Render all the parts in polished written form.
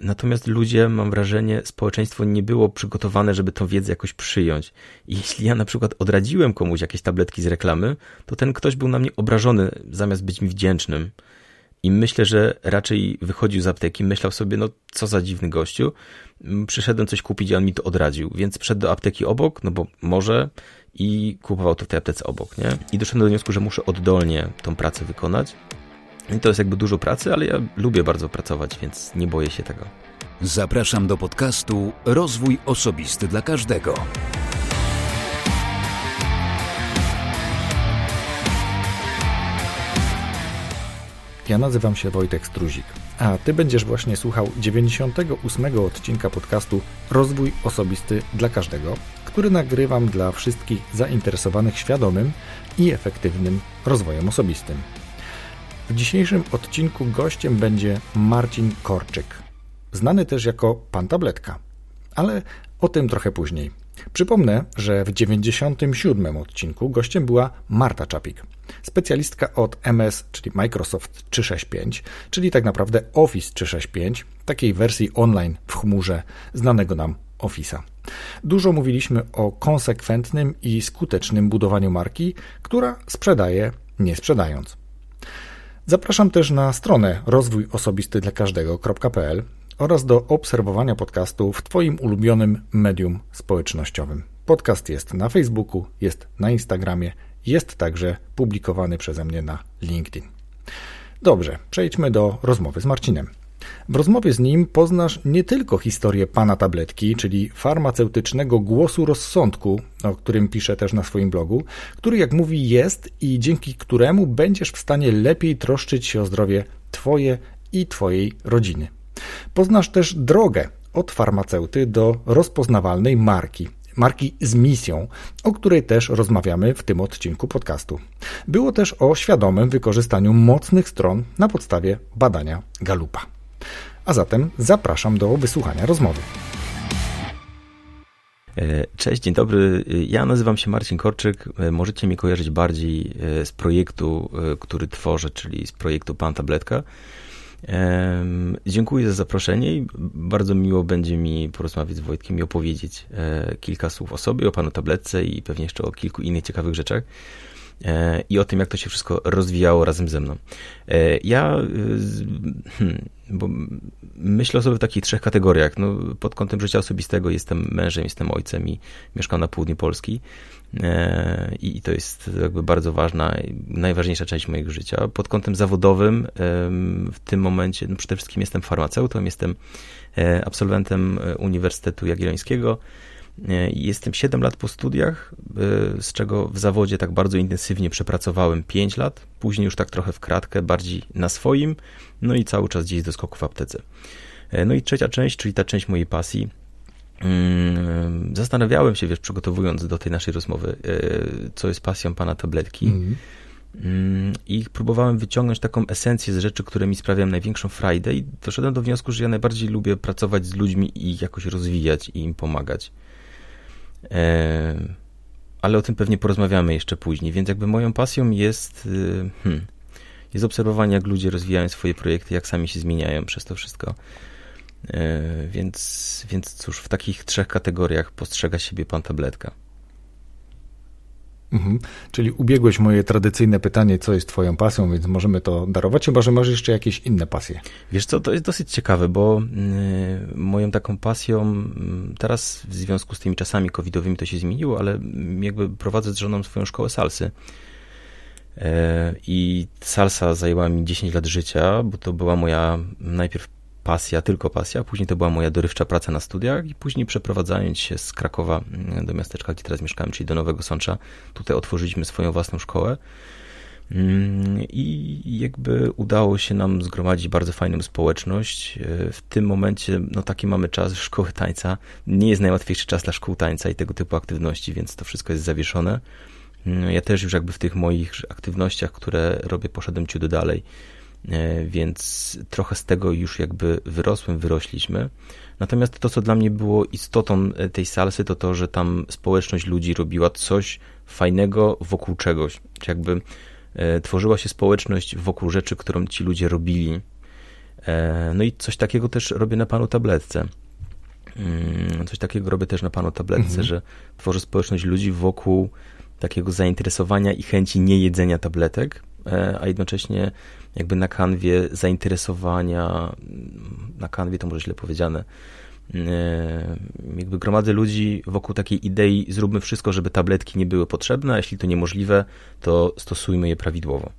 Natomiast ludzie, mam wrażenie, społeczeństwo nie było przygotowane, żeby tą wiedzę jakoś przyjąć. I jeśli ja na przykład odradziłem komuś jakieś tabletki z reklamy, to ten ktoś był na mnie obrażony, zamiast być mi wdzięcznym. I myślę, że raczej wychodził z apteki, myślał sobie, no co za dziwny gościu. Przyszedłem coś kupić, a on mi to odradził. Więc wszedł do apteki obok, no bo może, i kupował to w tej aptece obok, nie? I doszedłem do wniosku, że muszę oddolnie tą pracę wykonać. I to jest jakby dużo pracy, ale ja lubię bardzo pracować, więc nie boję się tego. Zapraszam do podcastu Rozwój Osobisty dla Każdego. Ja nazywam się Wojtek Struzik, a Ty będziesz właśnie słuchał 98 odcinka podcastu Rozwój Osobisty dla Każdego, który nagrywam dla wszystkich zainteresowanych świadomym i efektywnym rozwojem osobistym. W dzisiejszym odcinku gościem będzie Marcin Korczyk, znany też jako Pan Tabletka, ale o tym trochę później. Przypomnę, że w 97 odcinku gościem była Marta Czapik, specjalistka od MS, czyli Microsoft 365, czyli tak naprawdę Office 365, takiej wersji online w chmurze znanego nam Office'a. Dużo mówiliśmy o konsekwentnym i skutecznym budowaniu marki, która sprzedaje nie sprzedając. Zapraszam też na stronę rozwójosobistydlakażdego.pl oraz do obserwowania podcastu w Twoim ulubionym medium społecznościowym. Podcast jest na Facebooku, jest na Instagramie, jest także publikowany przeze mnie na LinkedIn. Dobrze, przejdźmy do rozmowy z Marcinem. W rozmowie z nim poznasz nie tylko historię Pana Tabletki, czyli farmaceutycznego głosu rozsądku, o którym piszę też na swoim blogu, który, jak mówi, jest i dzięki któremu będziesz w stanie lepiej troszczyć się o zdrowie Twoje i Twojej rodziny. Poznasz też drogę od farmaceuty do rozpoznawalnej marki z misją, o której też rozmawiamy w tym odcinku podcastu. Było też o świadomym wykorzystaniu mocnych stron na podstawie badania Gallupa. A zatem zapraszam do wysłuchania rozmowy. Cześć, dzień dobry. Ja nazywam się Marcin Korczyk. Możecie mnie kojarzyć bardziej z projektu, który tworzę, czyli z projektu Pan Tabletka. Dziękuję za zaproszenie i bardzo miło będzie mi porozmawiać z Wojtkiem i opowiedzieć kilka słów o sobie, o Panu Tabletce i pewnie jeszcze o kilku innych ciekawych rzeczach i o tym, jak to się wszystko rozwijało razem ze mną. Bo myślę o sobie w takich trzech kategoriach. No, pod kątem życia osobistego jestem mężem, jestem ojcem i mieszkam na południu Polski. I to jest jakby bardzo ważna, najważniejsza część mojego życia. Pod kątem zawodowym w tym momencie przede wszystkim jestem farmaceutą, jestem absolwentem Uniwersytetu Jagiellońskiego. Jestem 7 lat po studiach, z czego w zawodzie tak bardzo intensywnie przepracowałem 5 lat, później już tak trochę w kratkę, bardziej na swoim, no i cały czas gdzieś do skoku w aptece. No i trzecia część, czyli ta część mojej pasji. Zastanawiałem się, przygotowując do tej naszej rozmowy, co jest pasją Pana Tabletki. I próbowałem wyciągnąć taką esencję z rzeczy, które mi sprawiają największą frajdę i doszedłem do wniosku, że ja najbardziej lubię pracować z ludźmi i ich jakoś rozwijać i im pomagać. Ale o tym pewnie porozmawiamy jeszcze później, więc jakby moją pasją jest obserwowanie, jak ludzie rozwijają swoje projekty, jak sami się zmieniają przez to wszystko. Więc cóż, w takich trzech kategoriach postrzega siebie Pan Tabletka. Czyli ubiegłeś moje tradycyjne pytanie, co jest Twoją pasją, więc możemy to darować, chyba że masz jeszcze jakieś inne pasje. Wiesz co, to jest dosyć ciekawe, bo moją taką pasją, teraz w związku z tymi czasami covidowymi to się zmieniło, ale jakby prowadzę z żoną swoją szkołę salsy. I salsa zajęła mi 10 lat życia, bo to była moja najpierw pasja, tylko pasja, później to była moja dorywcza praca na studiach i później przeprowadzając się z Krakowa do miasteczka, gdzie teraz mieszkałem, czyli do Nowego Sącza, tutaj otworzyliśmy swoją własną szkołę i jakby udało się nam zgromadzić bardzo fajną społeczność. W tym momencie, no taki mamy czas szkoły tańca, nie jest najłatwiejszy czas dla szkół tańca i tego typu aktywności, więc to wszystko jest zawieszone. Ja też już jakby w tych moich aktywnościach, które robię, poszedłem ciut dalej, więc trochę z tego już jakby wyrośliśmy. Natomiast to, co dla mnie było istotą tej salsy, to to, że tam społeczność ludzi robiła coś fajnego wokół czegoś. Jakby tworzyła się społeczność wokół rzeczy, którą ci ludzie robili. No i coś takiego też robię na Panu Tabletce. Że tworzę społeczność ludzi wokół takiego zainteresowania i chęci niejedzenia tabletek, a jednocześnie jakby na kanwie zainteresowania, na kanwie to może źle powiedziane, jakby gromadzę ludzi wokół takiej idei, zróbmy wszystko, żeby tabletki nie były potrzebne, a jeśli to niemożliwe, to stosujmy je prawidłowo.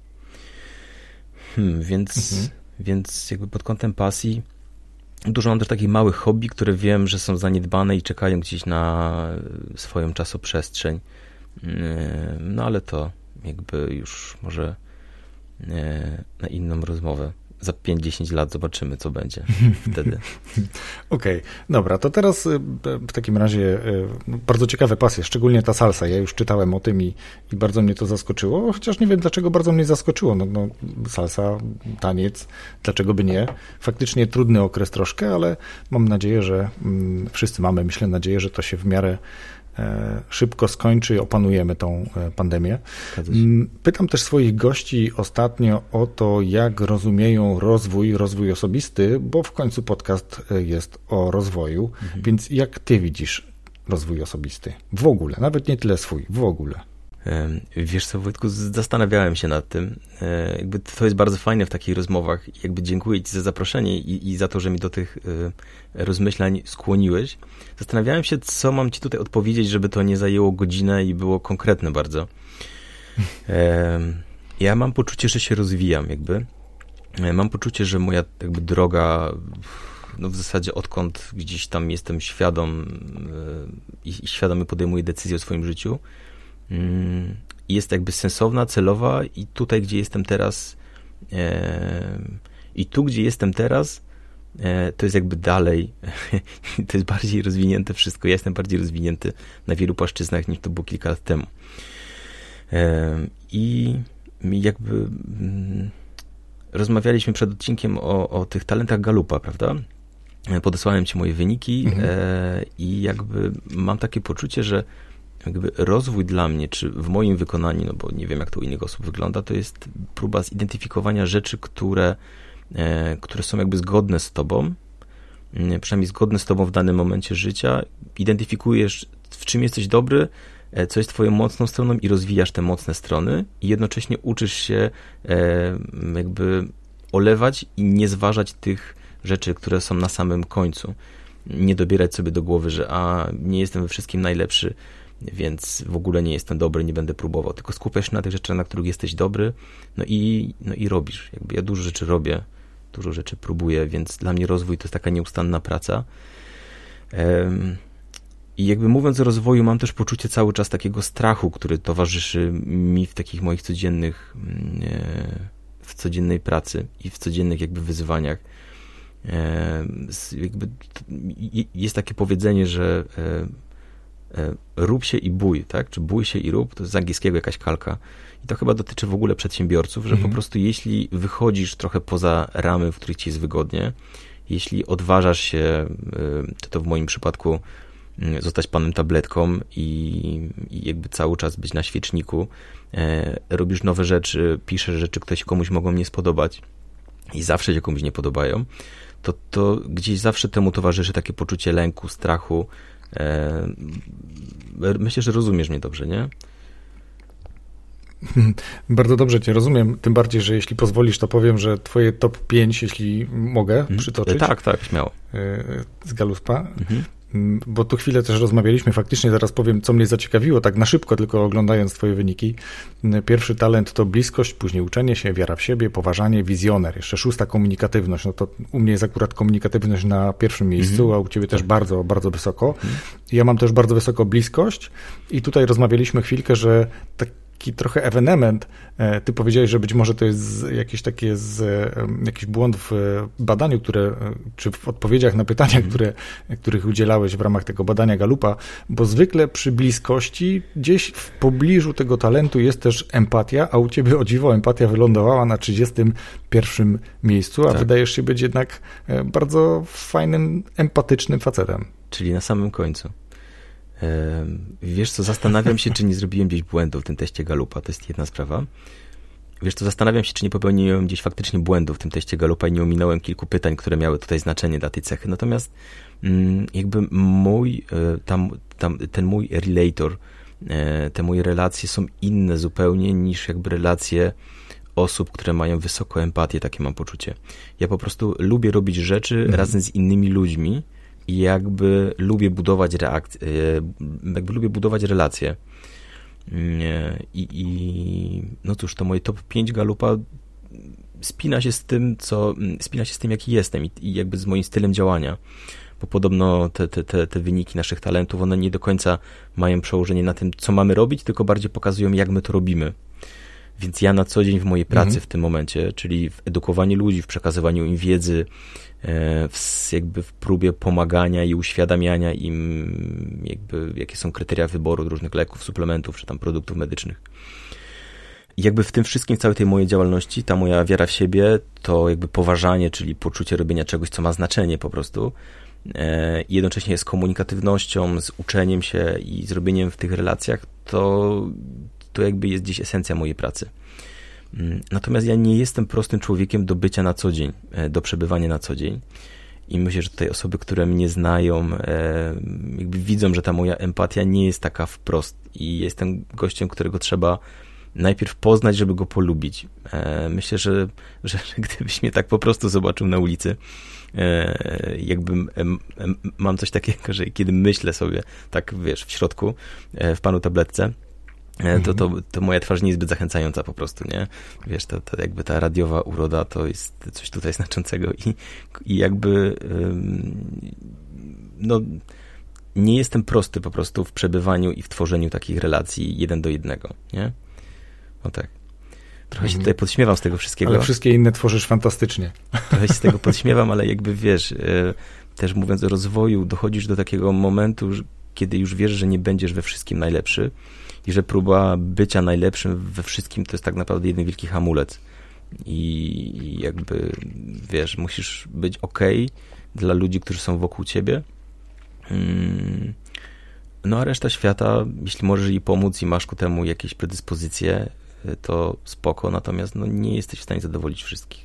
Więc jakby pod kątem pasji dużo mam też takich małych hobby, które wiem, że są zaniedbane i czekają gdzieś na swoją czasoprzestrzeń. No ale to jakby już może na inną rozmowę. Za 5-10 lat zobaczymy, co będzie wtedy. Okej, dobra, to teraz w takim razie bardzo ciekawe pasje, szczególnie ta salsa. Ja już czytałem o tym i bardzo mnie to zaskoczyło, chociaż nie wiem, dlaczego bardzo mnie zaskoczyło. No, salsa, taniec, dlaczego by nie? Faktycznie trudny okres troszkę, ale mam nadzieję, że wszyscy mamy, myślę, nadzieję, że to się w miarę szybko skończy i opanujemy tą pandemię. Pytam też swoich gości ostatnio o to, jak rozumieją rozwój osobisty, bo w końcu podcast jest o rozwoju, więc jak ty widzisz rozwój osobisty? W ogóle, nawet nie tyle swój, w ogóle. Wiesz co, Wojtku, zastanawiałem się nad tym. Jakby to jest bardzo fajne w takich rozmowach. Jakby dziękuję ci za zaproszenie i za to, że mi do tych rozmyślań skłoniłeś. Zastanawiałem się, co mam ci tutaj odpowiedzieć, żeby to nie zajęło godzinę i było konkretne bardzo. Ja mam poczucie, że się rozwijam jakby. Mam poczucie, że moja jakby droga, no w zasadzie odkąd gdzieś tam jestem świadom i świadomie podejmuję decyzje o swoim życiu, jest jakby sensowna, celowa i tutaj, gdzie jestem teraz gdzie jestem teraz, to jest jakby dalej, to jest bardziej rozwinięte wszystko. Ja jestem bardziej rozwinięty na wielu płaszczyznach niż to było kilka lat temu. I jakby rozmawialiśmy przed odcinkiem o tych talentach Gallupa, prawda? Podesłałem ci moje wyniki i jakby mam takie poczucie, że jakby rozwój dla mnie, czy w moim wykonaniu, no bo nie wiem, jak to u innych osób wygląda, to jest próba zidentyfikowania rzeczy, które są jakby zgodne z tobą, przynajmniej zgodne z tobą w danym momencie życia. Identyfikujesz, w czym jesteś dobry, co jest twoją mocną stroną i rozwijasz te mocne strony i jednocześnie uczysz się jakby olewać i nie zważać tych rzeczy, które są na samym końcu. Nie dobierać sobie do głowy, że nie jestem we wszystkim najlepszy, więc w ogóle nie jestem dobry, nie będę próbował, tylko skupiasz się na tych rzeczach, na których jesteś dobry, no i robisz. Jakby ja dużo rzeczy robię, dużo rzeczy próbuję, więc dla mnie rozwój to jest taka nieustanna praca. I jakby mówiąc o rozwoju, mam też poczucie cały czas takiego strachu, który towarzyszy mi w takich moich w codziennej pracy i w codziennych jakby wyzwaniach. Jakby jest takie powiedzenie, że rób się i bój, tak? Czy bój się i rób, to z angielskiego jakaś kalka. I to chyba dotyczy w ogóle przedsiębiorców, że po prostu jeśli wychodzisz trochę poza ramy, w których ci jest wygodnie, jeśli odważasz się, to w moim przypadku zostać panem tabletką i jakby cały czas być na świeczniku, robisz nowe rzeczy, piszesz rzeczy, które się komuś mogą nie spodobać i zawsze się komuś nie podobają, to gdzieś zawsze temu towarzyszy takie poczucie lęku, strachu. Myślę, że rozumiesz mnie dobrze, nie? Bardzo dobrze cię rozumiem, tym bardziej, że jeśli pozwolisz, to powiem, że twoje top 5, jeśli mogę przytoczyć. Tak, śmiało. Z Gallupa. Bo tu chwilę też rozmawialiśmy, faktycznie zaraz powiem, co mnie zaciekawiło, tak na szybko, tylko oglądając twoje wyniki. Pierwszy talent to bliskość, później uczenie się, wiara w siebie, poważanie, wizjoner. Jeszcze 6 komunikatywność, no to u mnie jest akurat komunikatywność na pierwszym miejscu, a u ciebie też bardzo, bardzo wysoko. Ja mam też bardzo wysoko bliskość i tutaj rozmawialiśmy chwilkę, że taki trochę ewenement. Ty powiedziałeś, że być może to jest jakiś błąd w badaniu, czy w odpowiedziach na pytania, których udzielałeś w ramach tego badania Gallupa, bo zwykle przy bliskości gdzieś w pobliżu tego talentu jest też empatia, a u ciebie, o dziwo, empatia wylądowała na 31 miejscu, a wydajesz się być jednak bardzo fajnym, empatycznym facetem. Czyli na samym końcu. Wiesz co, zastanawiam się, czy nie zrobiłem gdzieś błędu w tym teście Gallupa, to jest jedna sprawa. Wiesz co, zastanawiam się, czy nie popełniłem gdzieś faktycznie błędu w tym teście Gallupa i nie ominąłem kilku pytań, które miały tutaj znaczenie dla tej cechy. Natomiast jakby ten mój relator, te moje relacje są inne zupełnie niż jakby relacje osób, które mają wysoką empatię, takie mam poczucie. Ja po prostu lubię robić rzeczy razem z innymi ludźmi i jakby lubię budować lubię budować relacje. No cóż, to moje top 5 Gallupa spina się z tym, jaki jestem i jakby z moim stylem działania. Bo podobno te wyniki naszych talentów, one nie do końca mają przełożenie na tym, co mamy robić, tylko bardziej pokazują, jak my to robimy. Więc ja na co dzień w mojej pracy w tym momencie, czyli w edukowaniu ludzi, w przekazywaniu im wiedzy, w próbie pomagania i uświadamiania im jakby jakie są kryteria wyboru różnych leków, suplementów czy tam produktów medycznych. I jakby w tym wszystkim, całej tej mojej działalności, ta moja wiara w siebie, to jakby poważanie, czyli poczucie robienia czegoś, co ma znaczenie po prostu, i jednocześnie z komunikatywnością, z uczeniem się i zrobieniem w tych relacjach, to jakby jest gdzieś esencja mojej pracy. Natomiast ja nie jestem prostym człowiekiem do bycia na co dzień, do przebywania na co dzień. I myślę, że tutaj osoby, które mnie znają, jakby widzą, że ta moja empatia nie jest taka wprost. I jestem gościem, którego trzeba najpierw poznać, żeby go polubić. Myślę, że gdybyś mnie tak po prostu zobaczył na ulicy, mam coś takiego, że kiedy myślę sobie, tak wiesz, w środku, w panu tabletce, to moja twarz nie jest zbyt zachęcająca po prostu, nie? Wiesz, to jakby ta radiowa uroda to jest coś tutaj znaczącego i jakby no nie jestem prosty po prostu w przebywaniu i w tworzeniu takich relacji 1 do 1, nie? No tak. Trochę się tutaj podśmiewam z tego wszystkiego. Ale wszystkie inne tworzysz fantastycznie. Trochę się z tego podśmiewam, ale jakby wiesz, też mówiąc o rozwoju, dochodzisz do takiego momentu, kiedy już wiesz, że nie będziesz we wszystkim najlepszy i że próba bycia najlepszym we wszystkim to jest tak naprawdę jeden wielki hamulec. I jakby, wiesz, musisz być okej dla ludzi, którzy są wokół ciebie. No a reszta świata, jeśli możesz jej pomóc i masz ku temu jakieś predyspozycje, to spoko, natomiast no, nie jesteś w stanie zadowolić wszystkich.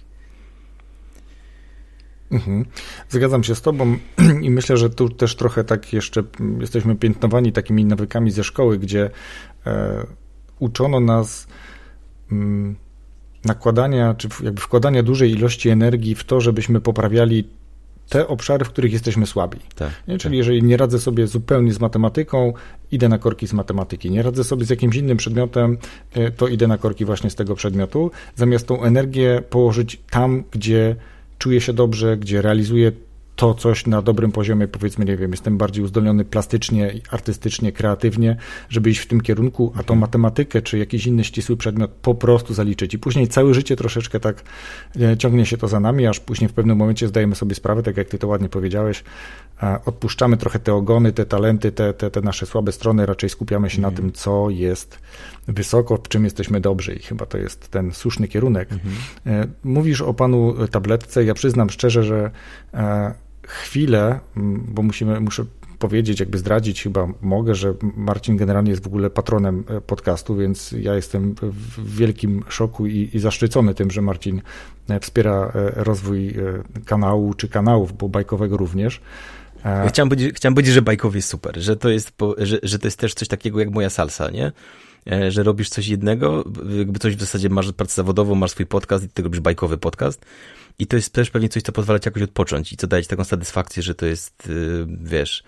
Zgadzam się z tobą i myślę, że tu też trochę tak jeszcze jesteśmy piętnowani takimi nawykami ze szkoły, gdzie uczono nas nakładania, czy jakby wkładania dużej ilości energii w to, żebyśmy poprawiali te obszary, w których jesteśmy słabi. Tak, Czyli jeżeli nie radzę sobie zupełnie z matematyką, idę na korki z matematyki. Nie radzę sobie z jakimś innym przedmiotem, to idę na korki właśnie z tego przedmiotu, zamiast tą energię położyć tam, gdzie czuję się dobrze, gdzie realizuję to coś na dobrym poziomie, powiedzmy, nie wiem, jestem bardziej uzdolniony plastycznie, artystycznie, kreatywnie, żeby iść w tym kierunku, a tą matematykę czy jakiś inny ścisły przedmiot po prostu zaliczyć. I później całe życie troszeczkę tak ciągnie się to za nami, aż później w pewnym momencie zdajemy sobie sprawę, tak jak ty to ładnie powiedziałeś, odpuszczamy trochę te ogony, te talenty, te nasze słabe strony, raczej skupiamy się na tym, co jest wysoko, w czym jesteśmy dobrzy i chyba to jest ten słuszny kierunek. Mówisz o panu tabletce, ja przyznam szczerze, że chwilę, bo muszę powiedzieć, jakby zdradzić, chyba mogę, że Marcin generalnie jest w ogóle patronem podcastu, więc ja jestem w wielkim szoku i zaszczycony tym, że Marcin wspiera rozwój kanału czy kanałów, bo bajkowego również. Ja chciałem powiedzieć, że bajkowy jest super, że to jest też coś takiego jak moja salsa, nie? Że robisz coś jednego, jakby coś w zasadzie masz pracę zawodową, masz swój podcast i ty robisz bajkowy podcast i to jest też pewnie coś, co pozwala ci jakoś odpocząć i co daje ci taką satysfakcję, że to jest, wiesz,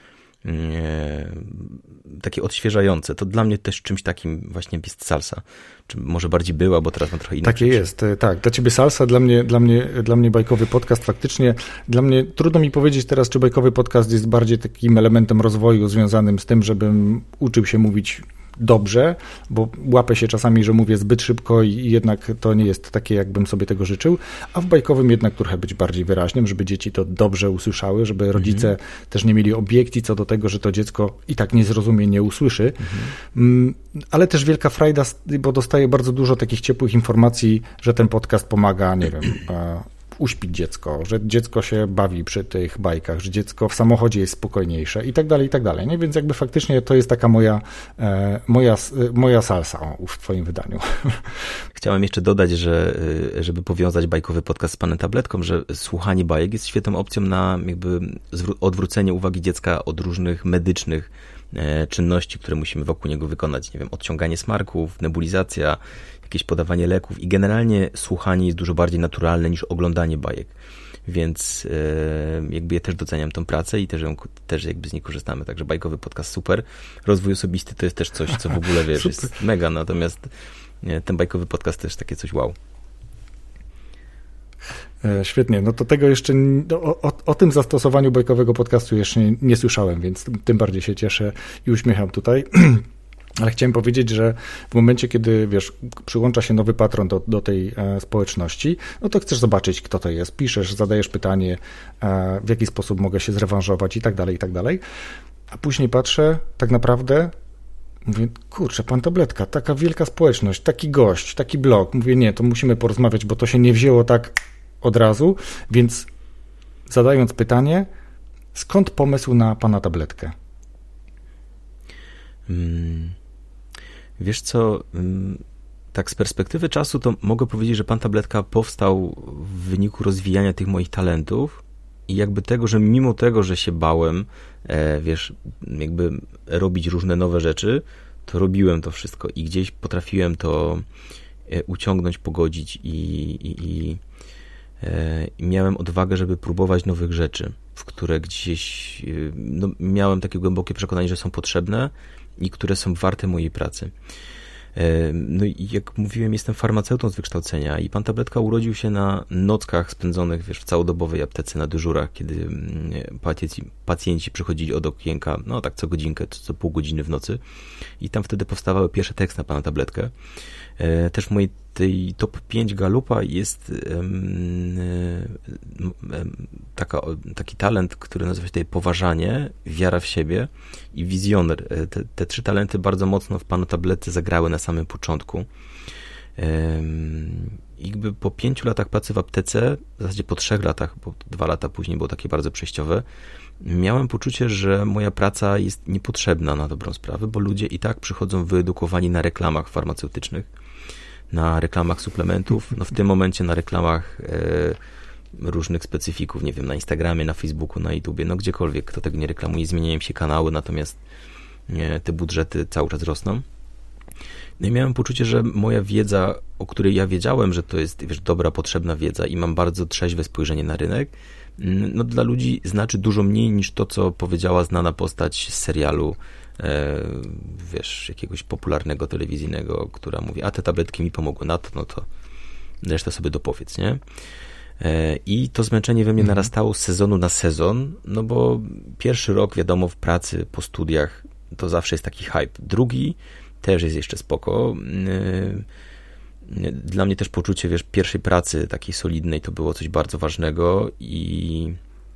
takie odświeżające. To dla mnie też czymś takim właśnie jest salsa. Czy może bardziej była, bo teraz mam trochę inne. Takie jest, tak. Dla ciebie salsa, dla mnie bajkowy podcast faktycznie. Dla mnie trudno mi powiedzieć teraz, czy bajkowy podcast jest bardziej takim elementem rozwoju związanym z tym, żebym uczył się mówić dobrze, bo łapę się czasami, że mówię zbyt szybko i jednak to nie jest takie, jakbym sobie tego życzył, a w bajkowym jednak trochę być bardziej wyraźnym, żeby dzieci to dobrze usłyszały, żeby rodzice też nie mieli obiekcji co do tego, że to dziecko i tak nie zrozumie, nie usłyszy. Ale też wielka frajda, bo dostaję bardzo dużo takich ciepłych informacji, że ten podcast pomaga, nie wiem, uśpić dziecko, że dziecko się bawi przy tych bajkach, że dziecko w samochodzie jest spokojniejsze i tak dalej, nie? Więc jakby faktycznie to jest taka moja salsa w twoim wydaniu. Chciałem jeszcze dodać, że żeby powiązać bajkowy podcast z Panem Tabletką, że słuchanie bajek jest świetną opcją na jakby odwrócenie uwagi dziecka od różnych medycznych czynności, które musimy wokół niego wykonać. Nie wiem, odciąganie smarków, nebulizacja, jakieś podawanie leków i generalnie słuchanie jest dużo bardziej naturalne niż oglądanie bajek. Więc jakby ja też doceniam tą pracę i też jakby z niej korzystamy. Także bajkowy podcast super. Rozwój osobisty to jest też coś, co w ogóle wiesz, jest mega, natomiast ten bajkowy podcast też takie coś wow. Świetnie, no to tego jeszcze, o tym zastosowaniu bajkowego podcastu jeszcze nie słyszałem, więc tym bardziej się cieszę i uśmiecham tutaj. Ale chciałem powiedzieć, że w momencie, kiedy wiesz, przyłącza się nowy patron do tej społeczności, no to chcesz zobaczyć, kto to jest, piszesz, zadajesz pytanie, w jaki sposób mogę się zrewanżować i tak dalej. A później patrzę, tak naprawdę mówię, kurczę, Pan Tabletka, taka wielka społeczność, taki gość, taki blog. Mówię, nie, to musimy porozmawiać, bo to się nie wzięło tak od razu, więc zadając pytanie, skąd pomysł na Pana Tabletkę? Wiesz co, tak z perspektywy czasu to mogę powiedzieć, że Pan Tabletka powstał w wyniku rozwijania tych moich talentów i jakby tego, że mimo tego, że się bałem, wiesz, jakby robić różne nowe rzeczy, to robiłem to wszystko i gdzieś potrafiłem to uciągnąć, pogodzić i miałem odwagę, żeby próbować nowych rzeczy, w które gdzieś miałem takie głębokie przekonanie, że są potrzebne i które są warte mojej pracy. No i jak mówiłem, jestem farmaceutą z wykształcenia i Pan Tabletka urodził się na nockach spędzonych, wiesz, w całodobowej aptece na dyżurach, kiedy pacjenci przychodzili od okienka, no tak co godzinkę, co pół godziny w nocy i tam wtedy powstawały pierwsze teksty na Pana Tabletkę. Też w mojej tej top 5 Galupa jest taki talent, który nazywa się tutaj poważanie, wiara w siebie i wizjoner. Te trzy talenty bardzo mocno w Panu Tabletce zagrały na samym początku. Jakby po 5 latach pracy w aptece, w zasadzie po 3 latach, bo 2 lata później było takie bardzo przejściowe, miałem poczucie, że moja praca jest niepotrzebna na dobrą sprawę, bo ludzie i tak przychodzą wyedukowani na reklamach farmaceutycznych, na reklamach suplementów, no w tym momencie na reklamach różnych specyfików, nie wiem, na Instagramie, na Facebooku, na YouTubie, no gdziekolwiek, kto tego nie reklamuje, zmieniają się kanały, natomiast te budżety cały czas rosną. No i miałem poczucie, że moja wiedza, o której ja wiedziałem, że to jest, wiesz, dobra, potrzebna wiedza i mam bardzo trzeźwe spojrzenie na rynek, no dla ludzi znaczy dużo mniej niż to, co powiedziała znana postać z serialu, wiesz, jakiegoś popularnego telewizyjnego, która mówi, a te tabletki mi pomogły na to, no to resztę sobie dopowiedz, nie? I to zmęczenie we mnie narastało z sezonu na sezon, no bo pierwszy rok, wiadomo, w pracy, po studiach, to zawsze jest taki hype. Drugi też jest jeszcze spoko. Dla mnie też poczucie, wiesz, pierwszej pracy takiej solidnej to było coś bardzo ważnego i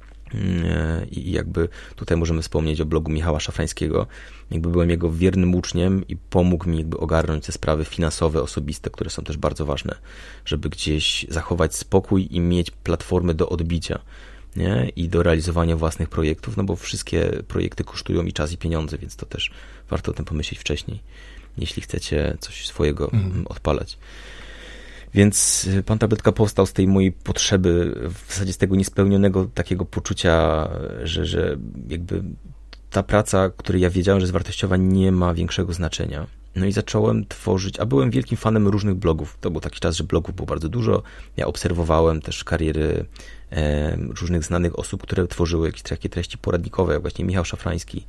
jakby tutaj możemy wspomnieć o blogu Michała Szafrańskiego. Jakby byłem jego wiernym uczniem i pomógł mi jakby ogarnąć te sprawy finansowe, osobiste, które są też bardzo ważne, żeby gdzieś zachować spokój i mieć platformy do odbicia, nie? I do realizowania własnych projektów, no bo wszystkie projekty kosztują i czas, i pieniądze, więc to też warto o tym pomyśleć wcześniej, jeśli chcecie coś swojego odpalać. Więc Pan Tabletka powstał z tej mojej potrzeby, w zasadzie z tego niespełnionego takiego poczucia, że jakby ta praca, której ja wiedziałem, że jest wartościowa, nie ma większego znaczenia. No i zacząłem tworzyć, a byłem wielkim fanem różnych blogów. To był taki czas, że blogów było bardzo dużo. Ja obserwowałem też kariery różnych znanych osób, które tworzyły jakieś takie treści poradnikowe, jak właśnie Michał Szafrański.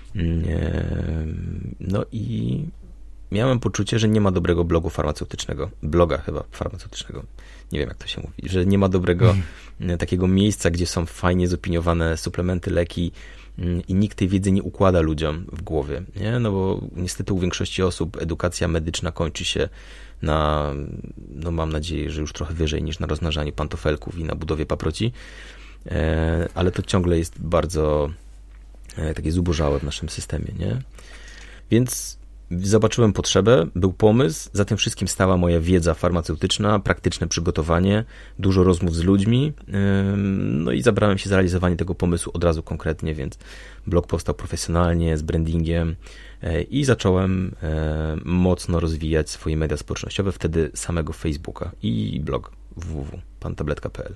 No i miałem poczucie, że nie ma dobrego bloga farmaceutycznego, nie wiem jak to się mówi, że nie ma dobrego takiego miejsca, gdzie są fajnie zopiniowane suplementy, leki i nikt tej wiedzy nie układa ludziom w głowie, nie? No bo niestety u większości osób edukacja medyczna kończy się na, no mam nadzieję, że już trochę wyżej niż na rozmnażaniu pantofelków i na budowie paproci, ale to ciągle jest bardzo takie zubożałe w naszym systemie, nie? Więc zobaczyłem potrzebę, był pomysł, za tym wszystkim stała moja wiedza farmaceutyczna, praktyczne przygotowanie, dużo rozmów z ludźmi, no i zabrałem się za realizowanie tego pomysłu od razu konkretnie, więc blog powstał profesjonalnie, z brandingiem i zacząłem mocno rozwijać swoje media społecznościowe, wtedy samego Facebooka i blog www.pantabletka.pl.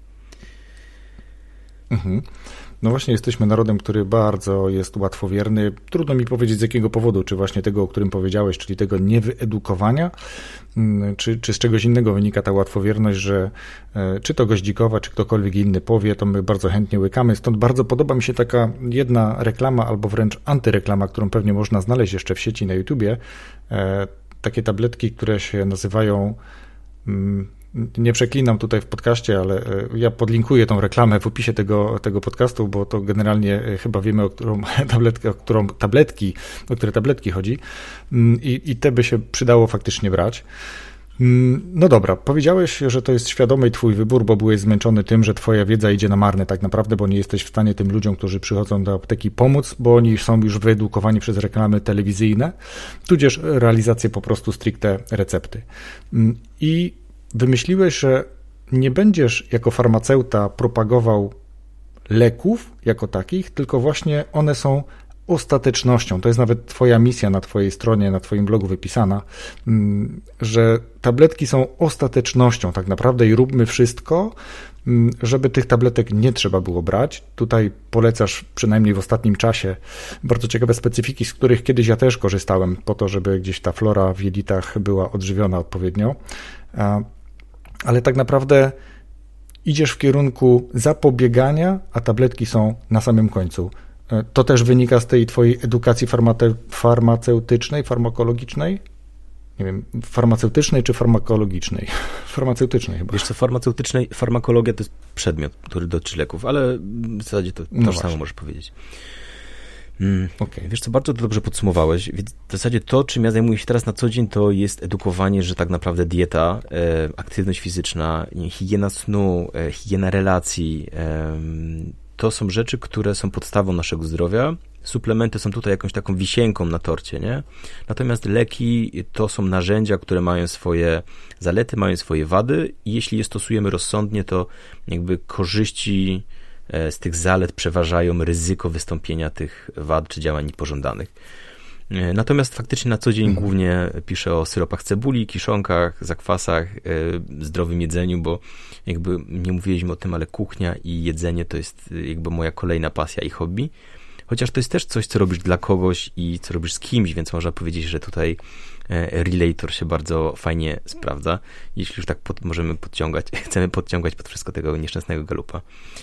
No właśnie, jesteśmy narodem, który bardzo jest łatwowierny. Trudno mi powiedzieć z jakiego powodu, czy właśnie tego, o którym powiedziałeś, czyli tego niewyedukowania, czy z czegoś innego wynika ta łatwowierność, że czy to Goździkowa, czy ktokolwiek inny powie, to my bardzo chętnie łykamy. Stąd bardzo podoba mi się taka jedna reklama, albo wręcz antyreklama, którą pewnie można znaleźć jeszcze w sieci na YouTubie. Takie tabletki, które się nazywają... Nie przeklinam tutaj w podcaście, ale ja podlinkuję tą reklamę w opisie tego podcastu, bo to generalnie chyba wiemy, o które tabletki chodzi i te by się przydało faktycznie brać. No dobra, powiedziałeś, że to jest świadomy twój wybór, bo byłeś zmęczony tym, że twoja wiedza idzie na marne tak naprawdę, bo nie jesteś w stanie tym ludziom, którzy przychodzą do apteki, pomóc, bo oni są już wyedukowani przez reklamy telewizyjne, tudzież realizację po prostu stricte recepty. I wymyśliłeś, że nie będziesz jako farmaceuta propagował leków jako takich, tylko właśnie one są ostatecznością. To jest nawet twoja misja na twojej stronie, na twoim blogu wypisana, że tabletki są ostatecznością tak naprawdę i róbmy wszystko, żeby tych tabletek nie trzeba było brać. Tutaj polecasz przynajmniej w ostatnim czasie bardzo ciekawe specyfiki, z których kiedyś ja też korzystałem po to, żeby gdzieś ta flora w jelitach była odżywiona odpowiednio. Ale tak naprawdę idziesz w kierunku zapobiegania, a tabletki są na samym końcu. To też wynika z tej twojej edukacji farmaceutycznej, farmakologicznej? Nie wiem, farmaceutycznej czy farmakologicznej? Farmaceutycznej chyba. Wiesz co, farmakologia to jest przedmiot, który dotyczy leków, ale w zasadzie to samo możesz powiedzieć. Okay. Wiesz co, bardzo to dobrze podsumowałeś, więc w zasadzie to, czym ja zajmuję się teraz na co dzień, to jest edukowanie, że tak naprawdę dieta, aktywność fizyczna, higiena snu, higiena relacji, to są rzeczy, które są podstawą naszego zdrowia. Suplementy są tutaj jakąś taką wisienką na torcie, nie? Natomiast leki to są narzędzia, które mają swoje zalety, mają swoje wady i jeśli je stosujemy rozsądnie, to jakby korzyści z tych zalet przeważają ryzyko wystąpienia tych wad czy działań niepożądanych. Natomiast faktycznie na co dzień głównie piszę o syropach cebuli, kiszonkach, zakwasach, zdrowym jedzeniu, bo jakby nie mówiliśmy o tym, ale kuchnia i jedzenie to jest jakby moja kolejna pasja i hobby. Chociaż to jest też coś, co robisz dla kogoś i co robisz z kimś, więc można powiedzieć, że tutaj relator się bardzo fajnie sprawdza, jeśli już tak chcemy podciągać pod wszystko tego nieszczęsnego galupa.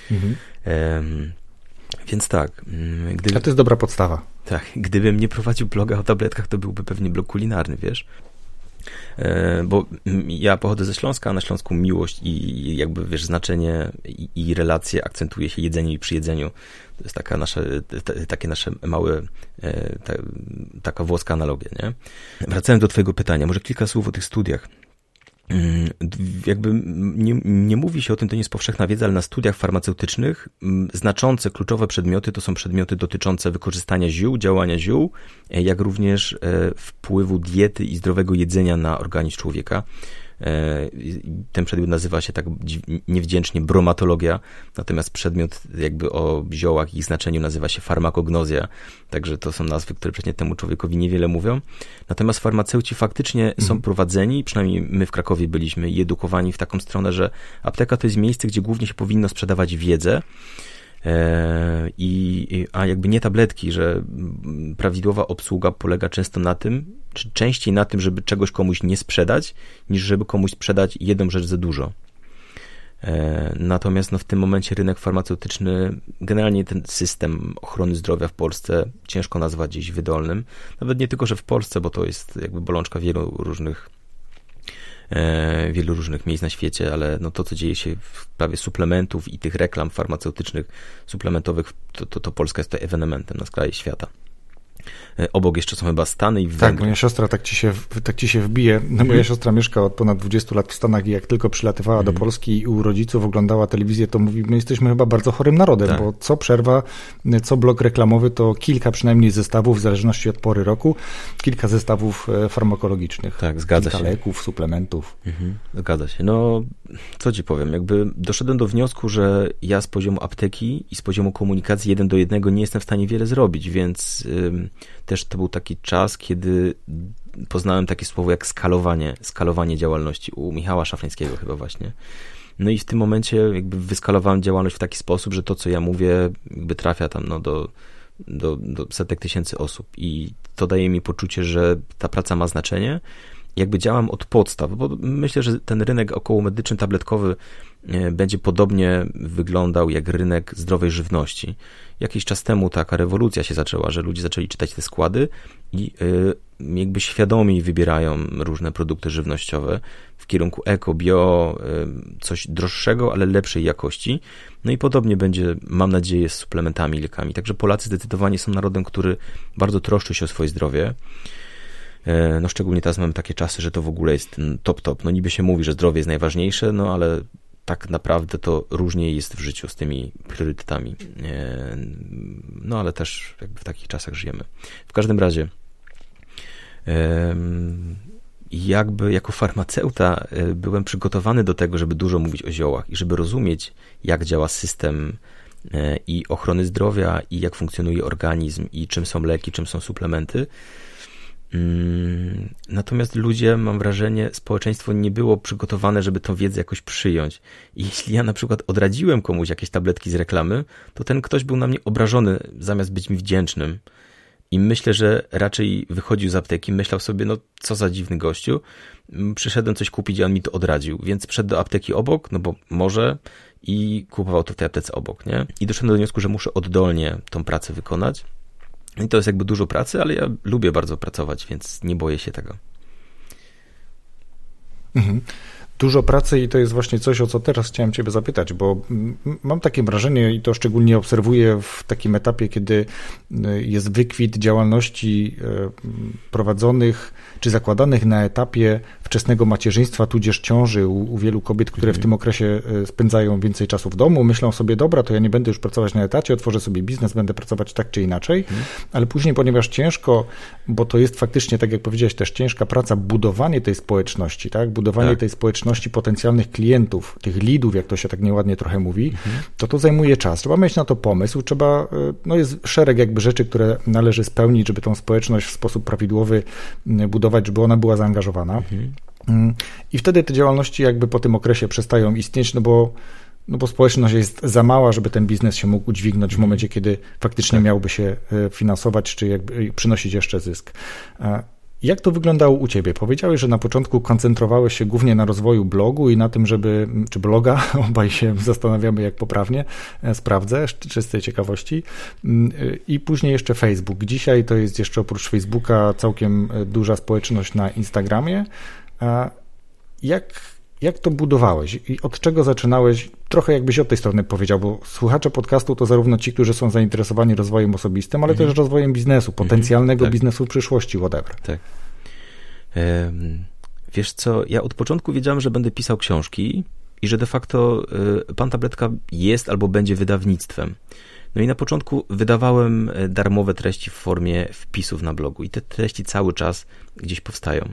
Więc tak. A to jest dobra podstawa. Tak, gdybym nie prowadził bloga o tabletkach, to byłby pewnie blog kulinarny, wiesz? Bo ja pochodzę ze Śląska, a na Śląsku miłość i jakby, wiesz, znaczenie i relacje akcentuje się jedzeniu i przy jedzeniu. To jest takie nasze małe, taka włoska analogia, nie? Wracając do twojego pytania, może kilka słów o tych studiach. Jakby nie mówi się o tym, to nie jest powszechna wiedza, ale na studiach farmaceutycznych znaczące, kluczowe przedmioty to są przedmioty dotyczące wykorzystania ziół, działania ziół, jak również wpływu diety i zdrowego jedzenia na organizm człowieka. Ten przedmiot nazywa się tak niewdzięcznie bromatologia, natomiast przedmiot jakby o ziołach i ich znaczeniu nazywa się farmakognozja, także to są nazwy, które przecież temu człowiekowi niewiele mówią. Natomiast farmaceuci faktycznie są prowadzeni, przynajmniej my w Krakowie byliśmy i edukowani w taką stronę, że apteka to jest miejsce, gdzie głównie się powinno sprzedawać wiedzę, a jakby nie tabletki, że prawidłowa obsługa polega często na tym, czy częściej na tym, żeby czegoś komuś nie sprzedać, niż żeby komuś sprzedać jedną rzecz za dużo. Natomiast w tym momencie rynek farmaceutyczny, generalnie ten system ochrony zdrowia w Polsce ciężko nazwać gdzieś wydolnym. Nawet nie tylko, że w Polsce, bo to jest jakby bolączka wielu różnych miejsc na świecie, ale to, co dzieje się w sprawie suplementów i tych reklam farmaceutycznych, suplementowych, to Polska jest tutaj ewenementem na skali świata. Obok jeszcze są chyba Stany i Węgry. Tak, moja siostra tak ci się wbije. No, moja siostra mieszka od ponad 20 lat w Stanach i jak tylko przylatywała do Polski i u rodziców oglądała telewizję, to mówi, my jesteśmy chyba bardzo chorym narodem, bo co przerwa, co blok reklamowy, to kilka przynajmniej zestawów, w zależności od pory roku, kilka zestawów farmakologicznych. Tak, zgadza się. Leków, suplementów. Zgadza się. No, co ci powiem, jakby doszedłem do wniosku, że ja z poziomu apteki i z poziomu komunikacji 1 do 1 nie jestem w stanie wiele zrobić, więc też to był taki czas, kiedy poznałem takie słowo jak skalowanie działalności u Michała Szafrańskiego chyba właśnie. No i w tym momencie jakby wyskalowałem działalność w taki sposób, że to, co ja mówię, jakby trafia tam do setek tysięcy osób i to daje mi poczucie, że ta praca ma znaczenie. Jakby działam od podstaw, bo myślę, że ten rynek okołomedyczny, tabletkowy będzie podobnie wyglądał jak rynek zdrowej żywności. Jakiś czas temu taka rewolucja się zaczęła, że ludzie zaczęli czytać te składy i jakby świadomiej wybierają różne produkty żywnościowe w kierunku eko, bio, coś droższego, ale lepszej jakości. No i podobnie będzie, mam nadzieję, z suplementami i lekami. Także Polacy zdecydowanie są narodem, który bardzo troszczy się o swoje zdrowie. No szczególnie teraz mamy takie czasy, że to w ogóle jest top. No niby się mówi, że zdrowie jest najważniejsze, no ale tak naprawdę to różnie jest w życiu z tymi priorytetami. No ale też jakby w takich czasach żyjemy. W każdym razie jakby jako farmaceuta byłem przygotowany do tego, żeby dużo mówić o ziołach i żeby rozumieć, jak działa system i ochrony zdrowia i jak funkcjonuje organizm i czym są leki, czym są suplementy. Natomiast ludzie, mam wrażenie, społeczeństwo nie było przygotowane, żeby tą wiedzę jakoś przyjąć. I jeśli ja na przykład odradziłem komuś jakieś tabletki z reklamy, to ten ktoś był na mnie obrażony, zamiast być mi wdzięcznym. I myślę, że raczej wychodził z apteki, myślał sobie, no co za dziwny gościu, przyszedłem coś kupić, a on mi to odradził, więc wszedł do apteki obok, no bo może, i kupował to w tej aptece obok, nie? I doszedłem do wniosku, że muszę oddolnie tą pracę wykonać. I to jest jakby dużo pracy, ale ja lubię bardzo pracować, więc nie boję się tego. Dużo pracy i to jest właśnie coś, o co teraz chciałem Ciebie zapytać, bo mam takie wrażenie i to szczególnie obserwuję w takim etapie, kiedy jest wykwit działalności prowadzonych czy zakładanych na etapie wczesnego macierzyństwa, tudzież ciąży u wielu kobiet, które w tym okresie spędzają więcej czasu w domu, myślą sobie, dobra, to ja nie będę już pracować na etacie, otworzę sobie biznes, będę pracować tak czy inaczej, ale później, ponieważ ciężko, bo to jest faktycznie, tak jak powiedziałeś, też ciężka praca, budowanie tej społeczności, tak? Budowanie tej społeczności potencjalnych klientów, tych leadów, jak to się tak nieładnie trochę mówi, to zajmuje czas. Trzeba mieć na to pomysł, no jest szereg jakby rzeczy, które należy spełnić, żeby tą społeczność w sposób prawidłowy budować, żeby ona była zaangażowana. I wtedy te działalności jakby po tym okresie przestają istnieć, no bo społeczność jest za mała, żeby ten biznes się mógł udźwignąć w momencie, kiedy faktycznie miałby się finansować, czy jakby przynosić jeszcze zysk. Jak to wyglądało u Ciebie? Powiedziałeś, że na początku koncentrowałeś się głównie na rozwoju blogu i na tym, czy bloga, obaj się zastanawiamy, jak poprawnie, sprawdzę, z czystej ciekawości, i później jeszcze Facebook. Dzisiaj to jest jeszcze oprócz Facebooka całkiem duża społeczność na Instagramie. Jak to budowałeś i od czego zaczynałeś? Trochę jakbyś od tej strony powiedział, bo słuchacze podcastu to zarówno ci, którzy są zainteresowani rozwojem osobistym, ale też rozwojem biznesu, potencjalnego biznesu w przyszłości, whatever. Tak. Wiesz co, ja od początku wiedziałem, że będę pisał książki i że de facto Pan Tabletka jest albo będzie wydawnictwem. No i na początku wydawałem darmowe treści w formie wpisów na blogu i te treści cały czas gdzieś powstają.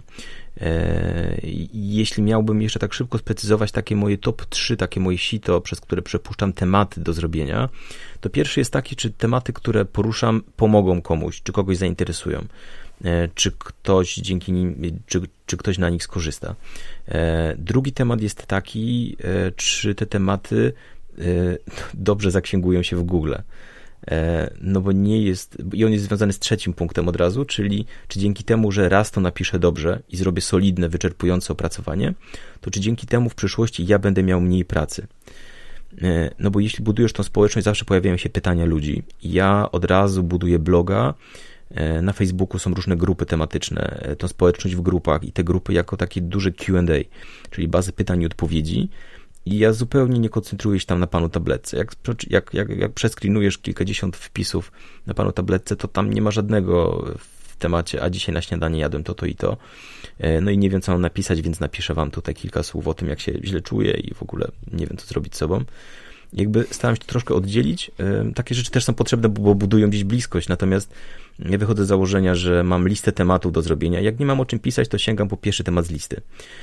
Jeśli miałbym jeszcze tak szybko sprecyzować takie moje top 3, takie moje sito, przez które przepuszczam tematy do zrobienia, to pierwszy jest taki, czy tematy, które poruszam, pomogą komuś, czy kogoś zainteresują, czy ktoś dzięki nim, czy ktoś na nich skorzysta. Drugi temat jest taki, czy te tematy dobrze zaksięgują się w Google. No bo nie jest, i on jest związany z trzecim punktem od razu, czyli czy dzięki temu, że raz to napiszę dobrze i zrobię solidne, wyczerpujące opracowanie, to czy dzięki temu w przyszłości ja będę miał mniej pracy. No bo jeśli budujesz tą społeczność, zawsze pojawiają się pytania ludzi. Ja od razu buduję bloga, na Facebooku są różne grupy tematyczne, tą społeczność w grupach i te grupy jako takie duże Q&A, czyli bazy pytań i odpowiedzi. I ja zupełnie nie koncentruję się tam na panu tabletce. Jak przeskrinujesz kilkadziesiąt wpisów na panu tabletce, to tam nie ma żadnego w temacie, a dzisiaj na śniadanie jadłem to i to. No i nie wiem, co mam napisać, więc napiszę wam tutaj kilka słów o tym, jak się źle czuję i w ogóle nie wiem, co zrobić z sobą. Jakby staram się to troszkę oddzielić. Takie rzeczy też są potrzebne, bo budują gdzieś bliskość, natomiast ja wychodzę z założenia, że mam listę tematów do zrobienia. Jak nie mam o czym pisać, to sięgam po pierwszy temat z listy.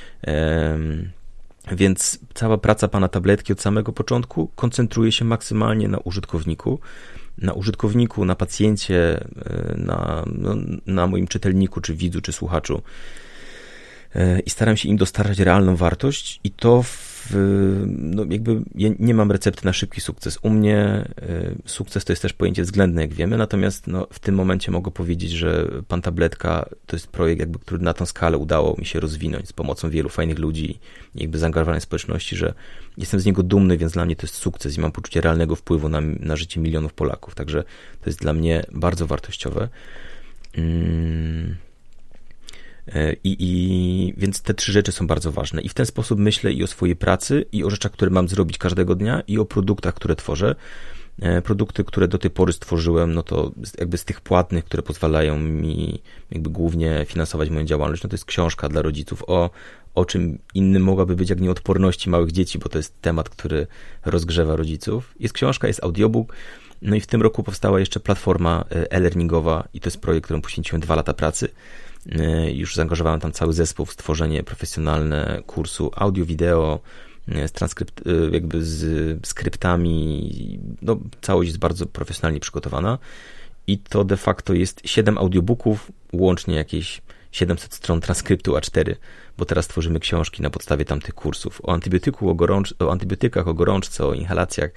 Więc cała praca pana tabletki od samego początku koncentruje się maksymalnie na użytkowniku, na pacjencie, na moim czytelniku, czy widzu, czy słuchaczu. I staram się im dostarczać realną wartość i to jakby ja nie mam recepty na szybki sukces. U mnie sukces to jest też pojęcie względne, jak wiemy, natomiast w tym momencie mogę powiedzieć, że Pan Tabletka to jest projekt, jakby, który na tą skalę udało mi się rozwinąć z pomocą wielu fajnych ludzi i jakby zaangażowanej społeczności, że jestem z niego dumny, więc dla mnie to jest sukces i mam poczucie realnego wpływu na życie milionów Polaków. Także to jest dla mnie bardzo wartościowe. Więc te 3 rzeczy są bardzo ważne i w ten sposób myślę i o swojej pracy, i o rzeczach, które mam zrobić każdego dnia, i o produktach, które tworzę. Produkty, które do tej pory stworzyłem, no to jakby z tych płatnych, które pozwalają mi jakby głównie finansować moją działalność, no to jest książka dla rodziców o czym innym mogłaby być jak nie odporności małych dzieci, bo to jest temat, który rozgrzewa rodziców. Jest książka, jest audiobook, no i w tym roku powstała jeszcze platforma e-learningowa i to jest projekt, któremu poświęciłem 2 lata pracy. Już zaangażowałem tam cały zespół w stworzenie profesjonalne kursu audio, wideo, z skryptami. No, całość jest bardzo profesjonalnie przygotowana i to de facto jest 7 audiobooków, łącznie jakieś 700 stron transkryptu A4, bo teraz tworzymy książki na podstawie tamtych kursów o antybiotykach, o gorączce, o inhalacjach,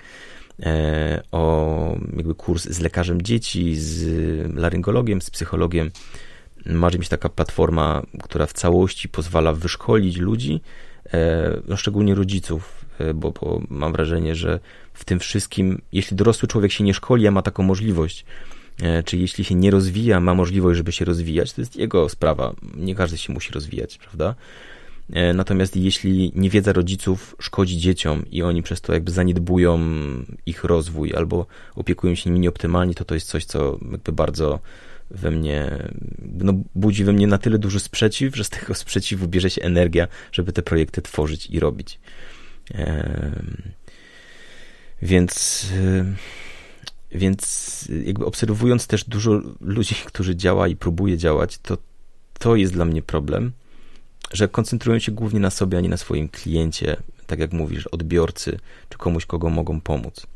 o jakby kurs z lekarzem dzieci, z laryngologiem, z psychologiem. Marzy mi się taka platforma, która w całości pozwala wyszkolić ludzi, no szczególnie rodziców, bo mam wrażenie, że w tym wszystkim, jeśli dorosły człowiek się nie szkoli, a ma taką możliwość, czy jeśli się nie rozwija, ma możliwość, żeby się rozwijać, to jest jego sprawa. Nie każdy się musi rozwijać, prawda? Natomiast jeśli niewiedza rodziców szkodzi dzieciom i oni przez to jakby zaniedbują ich rozwój albo opiekują się nimi nieoptymalnie, to jest coś, co jakby bardzo we mnie, budzi we mnie na tyle duży sprzeciw, że z tego sprzeciwu bierze się energia, żeby te projekty tworzyć i robić. Więc jakby obserwując też dużo ludzi, którzy działa i próbuje działać, to jest dla mnie problem, że koncentrują się głównie na sobie, a nie na swoim kliencie, tak jak mówisz, odbiorcy, czy komuś, kogo mogą pomóc.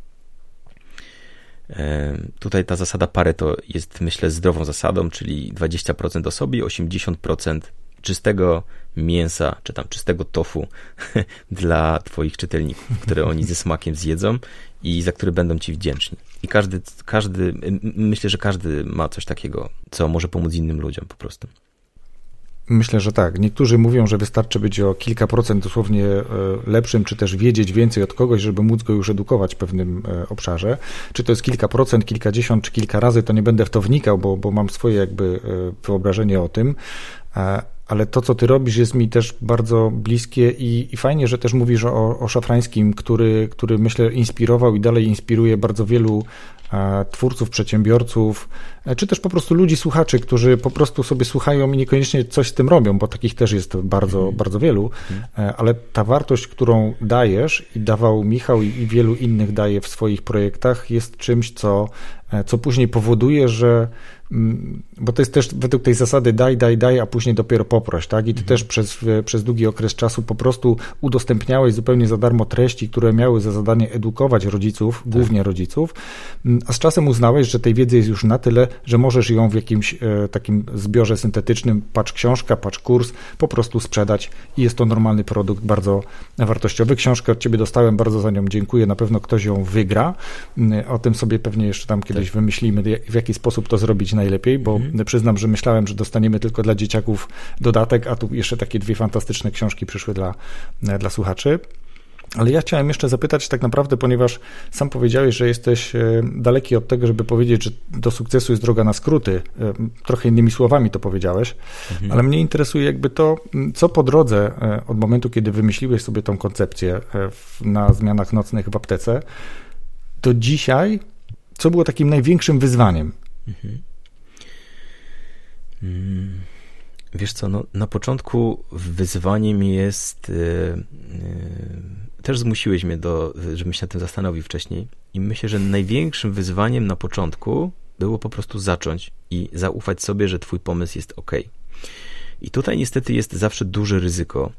Tutaj ta zasada Pareto jest, myślę, zdrową zasadą, czyli 20% osobie, 80% czystego mięsa, czy tam czystego tofu dla twoich czytelników, które oni ze smakiem zjedzą i za które będą ci wdzięczni. I myślę, że każdy ma coś takiego, co może pomóc innym ludziom po prostu. Myślę, że tak. Niektórzy mówią, że wystarczy być o kilka procent dosłownie lepszym, czy też wiedzieć więcej od kogoś, żeby móc go już edukować w pewnym obszarze. Czy to jest kilka procent, kilkadziesiąt, czy kilka razy, to nie będę w to wnikał, bo mam swoje jakby wyobrażenie o tym. Ale to, co ty robisz, jest mi też bardzo bliskie i fajnie, że też mówisz o Szafrańskim, który myślę inspirował i dalej inspiruje bardzo wielu twórców, przedsiębiorców, czy też po prostu ludzi, słuchaczy, którzy po prostu sobie słuchają i niekoniecznie coś z tym robią, bo takich też jest bardzo, bardzo wielu, ale ta wartość, którą dajesz i dawał Michał i wielu innych daje w swoich projektach, jest czymś, co później powoduje, że bo to jest też według tej zasady daj, a później dopiero poproś, tak? I ty też przez długi okres czasu po prostu udostępniałeś zupełnie za darmo treści, które miały za zadanie edukować rodziców, głównie rodziców, a z czasem uznałeś, że tej wiedzy jest już na tyle, że możesz ją w jakimś takim zbiorze syntetycznym, patrz książka, patrz kurs, po prostu sprzedać i jest to normalny produkt, bardzo wartościowy. Książkę od ciebie dostałem, bardzo za nią dziękuję, na pewno ktoś ją wygra. O tym sobie pewnie jeszcze tam kiedyś wymyślimy, w jaki sposób to zrobić najlepiej, bo przyznam, że myślałem, że dostaniemy tylko dla dzieciaków dodatek, a tu jeszcze takie 2 fantastyczne książki przyszły dla słuchaczy. Ale ja chciałem jeszcze zapytać tak naprawdę, ponieważ sam powiedziałeś, że jesteś daleki od tego, żeby powiedzieć, że do sukcesu jest droga na skróty. Trochę innymi słowami to powiedziałeś, ale mnie interesuje jakby to, co po drodze od momentu, kiedy wymyśliłeś sobie tą koncepcję na zmianach nocnych w aptece, do dzisiaj, co było takim największym wyzwaniem? Wiesz co, no, na początku wyzwaniem jest... Też zmusiłeś mnie żebym się nad tym zastanowił wcześniej i myślę, że największym wyzwaniem na początku było po prostu zacząć i zaufać sobie, że twój pomysł jest ok. I tutaj niestety jest zawsze duże ryzyko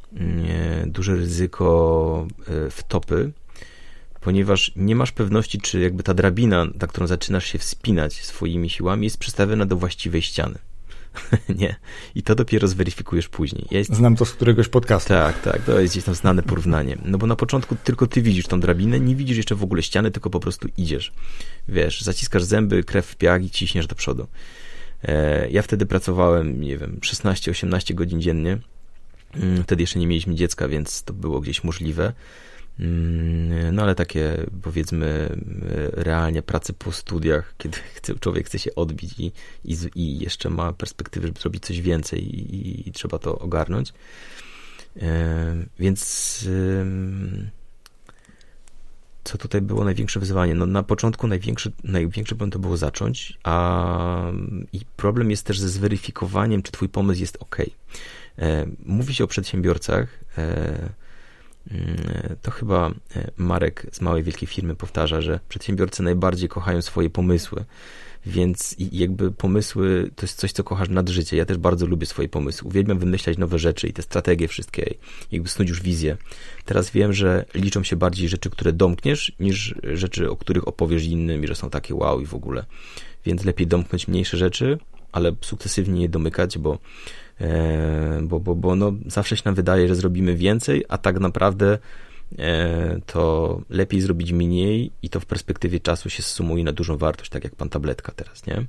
wtopy, ponieważ nie masz pewności, czy jakby ta drabina, na którą zaczynasz się wspinać swoimi siłami, jest przystawiona do właściwej ściany. Nie. I to dopiero zweryfikujesz później. Znam to z któregoś podcastu. Tak, to jest gdzieś tam znane porównanie. No bo na początku tylko ty widzisz tą drabinę, nie widzisz jeszcze w ogóle ściany, tylko po prostu idziesz. Wiesz, zaciskasz zęby, krew w piach i ciśniesz do przodu. Ja wtedy pracowałem, nie wiem, 16-18 godzin dziennie. Wtedy jeszcze nie mieliśmy dziecka, więc to było gdzieś możliwe. No ale takie, powiedzmy, realnie pracy po studiach, kiedy człowiek chce się odbić i jeszcze ma perspektywę, żeby zrobić coś więcej i trzeba to ogarnąć. Więc co tutaj było największe wyzwanie? No na początku największy problem to było zacząć, i problem jest też ze zweryfikowaniem, czy twój pomysł jest ok. Mówi się o przedsiębiorcach, to chyba Marek z Małej Wielkiej Firmy powtarza, że przedsiębiorcy najbardziej kochają swoje pomysły, więc jakby pomysły to jest coś, co kochasz nad życie. Ja też bardzo lubię swoje pomysły. Uwielbiam wymyślać nowe rzeczy i te strategie wszystkie, jakby snuć już wizję. Teraz wiem, że liczą się bardziej rzeczy, które domkniesz, niż rzeczy, o których opowiesz innym i że są takie wow i w ogóle. Więc lepiej domknąć mniejsze rzeczy, ale sukcesywnie je domykać, bo no, zawsze się nam wydaje, że zrobimy więcej, a tak naprawdę to lepiej zrobić mniej i to w perspektywie czasu się zsumuje na dużą wartość, tak jak pan tabletka teraz, nie?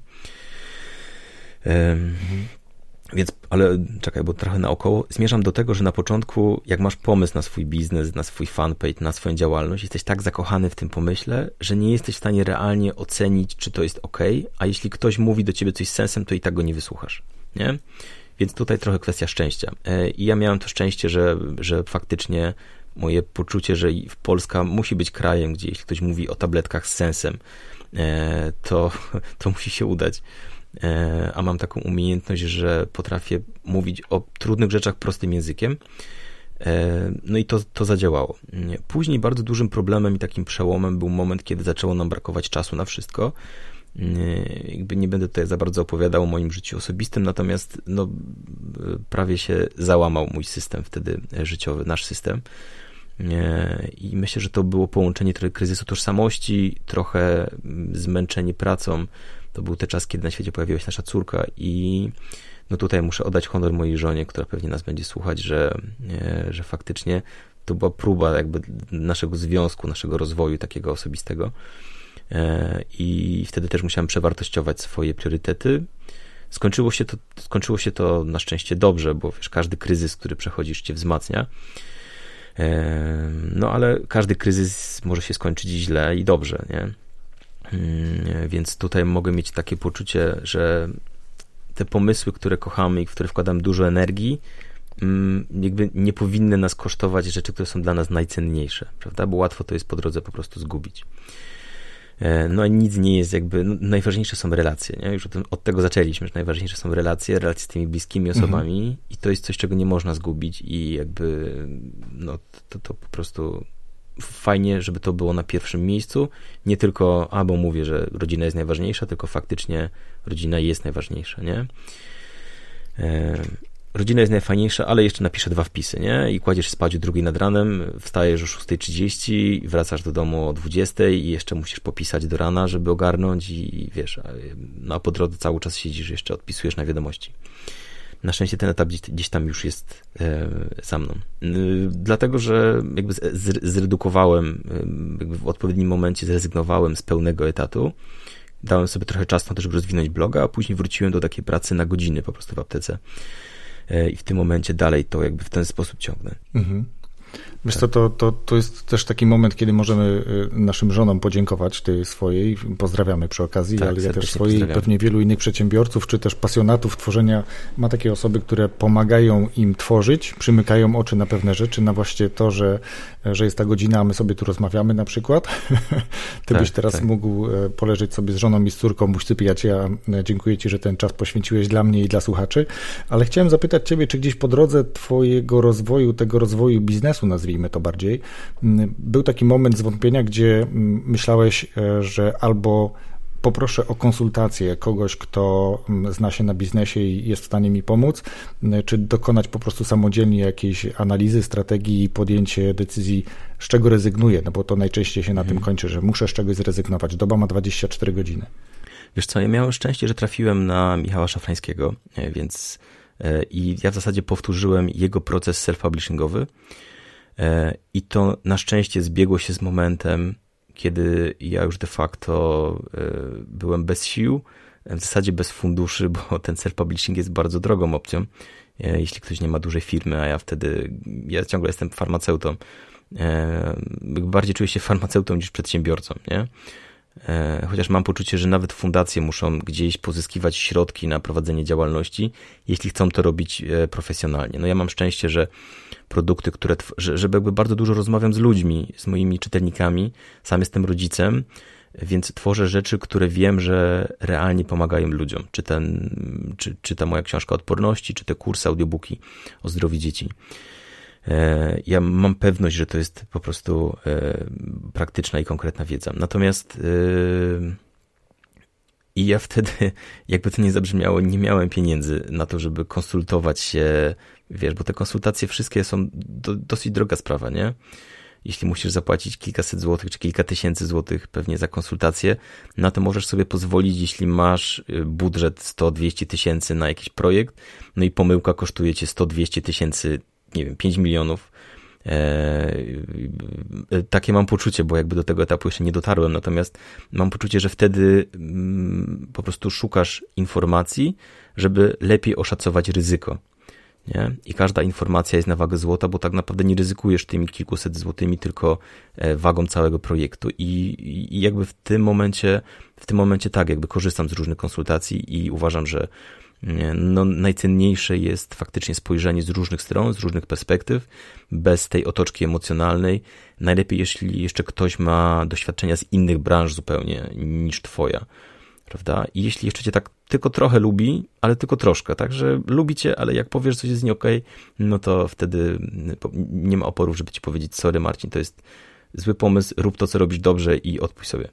Więc, ale czekaj, bo trochę naokoło. Zmierzam do tego, że na początku, jak masz pomysł na swój biznes, na swój fanpage, na swoją działalność, jesteś tak zakochany w tym pomyśle, że nie jesteś w stanie realnie ocenić, czy to jest ok, a jeśli ktoś mówi do ciebie coś z sensem, to i tak go nie wysłuchasz, nie? Więc tutaj trochę kwestia szczęścia. I ja miałem to szczęście, że faktycznie moje poczucie, że Polska musi być krajem, gdzie jeśli ktoś mówi o tabletkach z sensem, to musi się udać. A mam taką umiejętność, że potrafię mówić o trudnych rzeczach prostym językiem. No i to zadziałało. Później bardzo dużym problemem i takim przełomem był moment, kiedy zaczęło nam brakować czasu na wszystko. Jakby nie będę tutaj za bardzo opowiadał o moim życiu osobistym, natomiast no, prawie się załamał mój system wtedy życiowy, nasz system. I myślę, że to było połączenie trochę kryzysu tożsamości, trochę zmęczenie pracą. To był ten czas, kiedy na świecie pojawiła się nasza córka i no tutaj muszę oddać honor mojej żonie, która pewnie nas będzie słuchać, że faktycznie to była próba jakby naszego związku, naszego rozwoju takiego osobistego. I wtedy też musiałem przewartościować swoje priorytety. Skończyło się to na szczęście dobrze, bo wiesz, każdy kryzys, który przechodzisz, cię wzmacnia. No ale każdy kryzys może się skończyć źle i dobrze, nie? Więc tutaj mogę mieć takie poczucie, że te pomysły, które kochamy i w które wkładam dużo energii, jakby nie powinny nas kosztować rzeczy, które są dla nas najcenniejsze, prawda? Bo łatwo to jest po drodze po prostu zgubić. No i nic nie jest jakby, no, najważniejsze są relacje, nie? Już od tego zaczęliśmy, że najważniejsze są relacje z tymi bliskimi osobami i to jest coś, czego nie można zgubić i jakby no to po prostu fajnie, żeby to było na pierwszym miejscu, nie tylko, bo mówię, że rodzina jest najważniejsza, tylko faktycznie rodzina jest najważniejsza, nie? Rodzina jest najfajniejsza, ale jeszcze napiszę 2 wpisy, nie? I kładziesz spać o 2 nad ranem, wstajesz o 6:30, wracasz do domu o 20 i jeszcze musisz popisać do rana, żeby ogarnąć i wiesz, no a po drodze cały czas siedzisz, jeszcze odpisujesz na wiadomości. Na szczęście ten etap gdzieś tam już jest za mną. Dlatego, że jakby zredukowałem, jakby w odpowiednim momencie zrezygnowałem z pełnego etatu, dałem sobie trochę czasu na to, żeby rozwinąć bloga, a później wróciłem do takiej pracy na godziny po prostu w aptece. I w tym momencie dalej to jakby w ten sposób ciągnę. Wiesz co, to jest też taki moment, kiedy możemy naszym żonom podziękować, ty swojej, pozdrawiamy przy okazji, tak, ale ja też swojej, pewnie wielu innych przedsiębiorców, czy też pasjonatów tworzenia, ma takie osoby, które pomagają im tworzyć, przymykają oczy na pewne rzeczy, na właśnie to, że jest ta godzina, a my sobie tu rozmawiamy na przykład. Ty byś teraz mógł poleżeć sobie z żoną i z córką, usypiać. Ja dziękuję ci, że ten czas poświęciłeś dla mnie i dla słuchaczy, ale chciałem zapytać ciebie, czy gdzieś po drodze twojego rozwoju, tego rozwoju biznesu, nazwijmy to bardziej, był taki moment zwątpienia, gdzie myślałeś, że albo poproszę o konsultację kogoś, kto zna się na biznesie i jest w stanie mi pomóc, czy dokonać po prostu samodzielnie jakiejś analizy, strategii i podjęcie decyzji, z czego rezygnuję, no bo to najczęściej się na tym kończy, że muszę z czegoś zrezygnować. Doba ma 24 godziny. Wiesz co, ja miałem szczęście, że trafiłem na Michała Szafrańskiego, więc i ja w zasadzie powtórzyłem jego proces self-publishingowy i to na szczęście zbiegło się z momentem, kiedy ja już de facto byłem bez sił, w zasadzie bez funduszy, bo ten self-publishing jest bardzo drogą opcją, jeśli ktoś nie ma dużej firmy, a ja ciągle jestem farmaceutą, bardziej czuję się farmaceutą niż przedsiębiorcą, nie? Chociaż mam poczucie, że nawet fundacje muszą gdzieś pozyskiwać środki na prowadzenie działalności, jeśli chcą to robić profesjonalnie. No ja mam szczęście, że produkty, że jakby bardzo dużo rozmawiam z ludźmi, z moimi czytelnikami, sam jestem rodzicem, więc tworzę rzeczy, które wiem, że realnie pomagają ludziom. Czy ta moja książka odporności, czy te kursy, audiobooki o zdrowiu dzieci. Ja mam pewność, że to jest po prostu praktyczna i konkretna wiedza. Natomiast i ja wtedy, jakby to nie zabrzmiało, nie miałem pieniędzy na to, żeby konsultować się, wiesz, bo te konsultacje wszystkie są dosyć droga sprawa, nie? Jeśli musisz zapłacić kilkaset złotych, czy kilka tysięcy złotych pewnie za konsultację, na to możesz sobie pozwolić, jeśli masz budżet 100-200 tysięcy na jakiś projekt, no i pomyłka kosztuje cię 100-200 tysięcy, nie wiem, 5 milionów. Takie mam poczucie, bo jakby do tego etapu jeszcze nie dotarłem, natomiast mam poczucie, że wtedy po prostu szukasz informacji, żeby lepiej oszacować ryzyko. Nie? I każda informacja jest na wagę złota, bo tak naprawdę nie ryzykujesz tymi kilkuset złotymi, tylko wagą całego projektu. I jakby w tym momencie tak, jakby korzystam z różnych konsultacji i uważam, że no, najcenniejsze jest faktycznie spojrzenie z różnych stron, z różnych perspektyw, bez tej otoczki emocjonalnej. Najlepiej, jeśli jeszcze ktoś ma doświadczenia z innych branż zupełnie niż twoja, prawda? I jeśli jeszcze cię tak tylko trochę lubi, ale tylko troszkę, tak, że lubi cię, ale jak powiesz, coś jest nie okej, no to wtedy nie ma oporów, żeby ci powiedzieć: sorry Marcin, to jest zły pomysł, rób to, co robisz dobrze i odpuść sobie.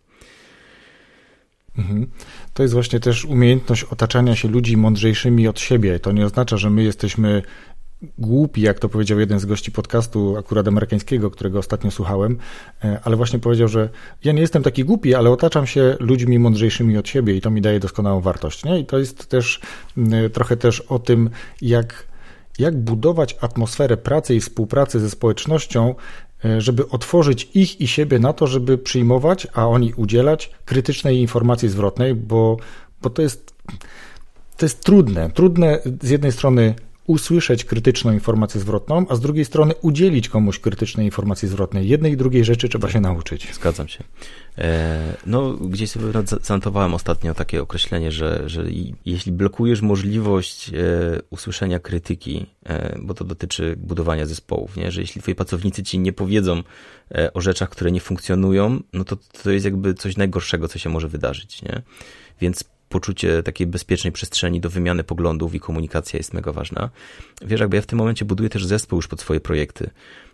To jest właśnie też umiejętność otaczania się ludzi mądrzejszymi od siebie. To nie oznacza, że my jesteśmy głupi, jak to powiedział jeden z gości podcastu akurat amerykańskiego, którego ostatnio słuchałem, ale właśnie powiedział, że ja nie jestem taki głupi, ale otaczam się ludźmi mądrzejszymi od siebie i to mi daje doskonałą wartość. Nie? I to jest też trochę też o tym, jak budować atmosferę pracy i współpracy ze społecznością, żeby otworzyć ich i siebie na to, żeby przyjmować, a oni udzielać krytycznej informacji zwrotnej, bo to jest trudne. Trudne z jednej strony usłyszeć krytyczną informację zwrotną, a z drugiej strony udzielić komuś krytycznej informacji zwrotnej. Jednej i drugiej rzeczy trzeba się nauczyć. Zgadzam się. No, gdzieś sobie zanotowałem ostatnio takie określenie, że jeśli blokujesz możliwość usłyszenia krytyki, bo to dotyczy budowania zespołów, nie? Że jeśli twoi pracownicy ci nie powiedzą o rzeczach, które nie funkcjonują, no to jest jakby coś najgorszego, co się może wydarzyć, nie? Więc poczucie takiej bezpiecznej przestrzeni do wymiany poglądów i komunikacja jest mega ważna. Wiesz, jakby ja w tym momencie buduję też zespół już pod swoje projekty,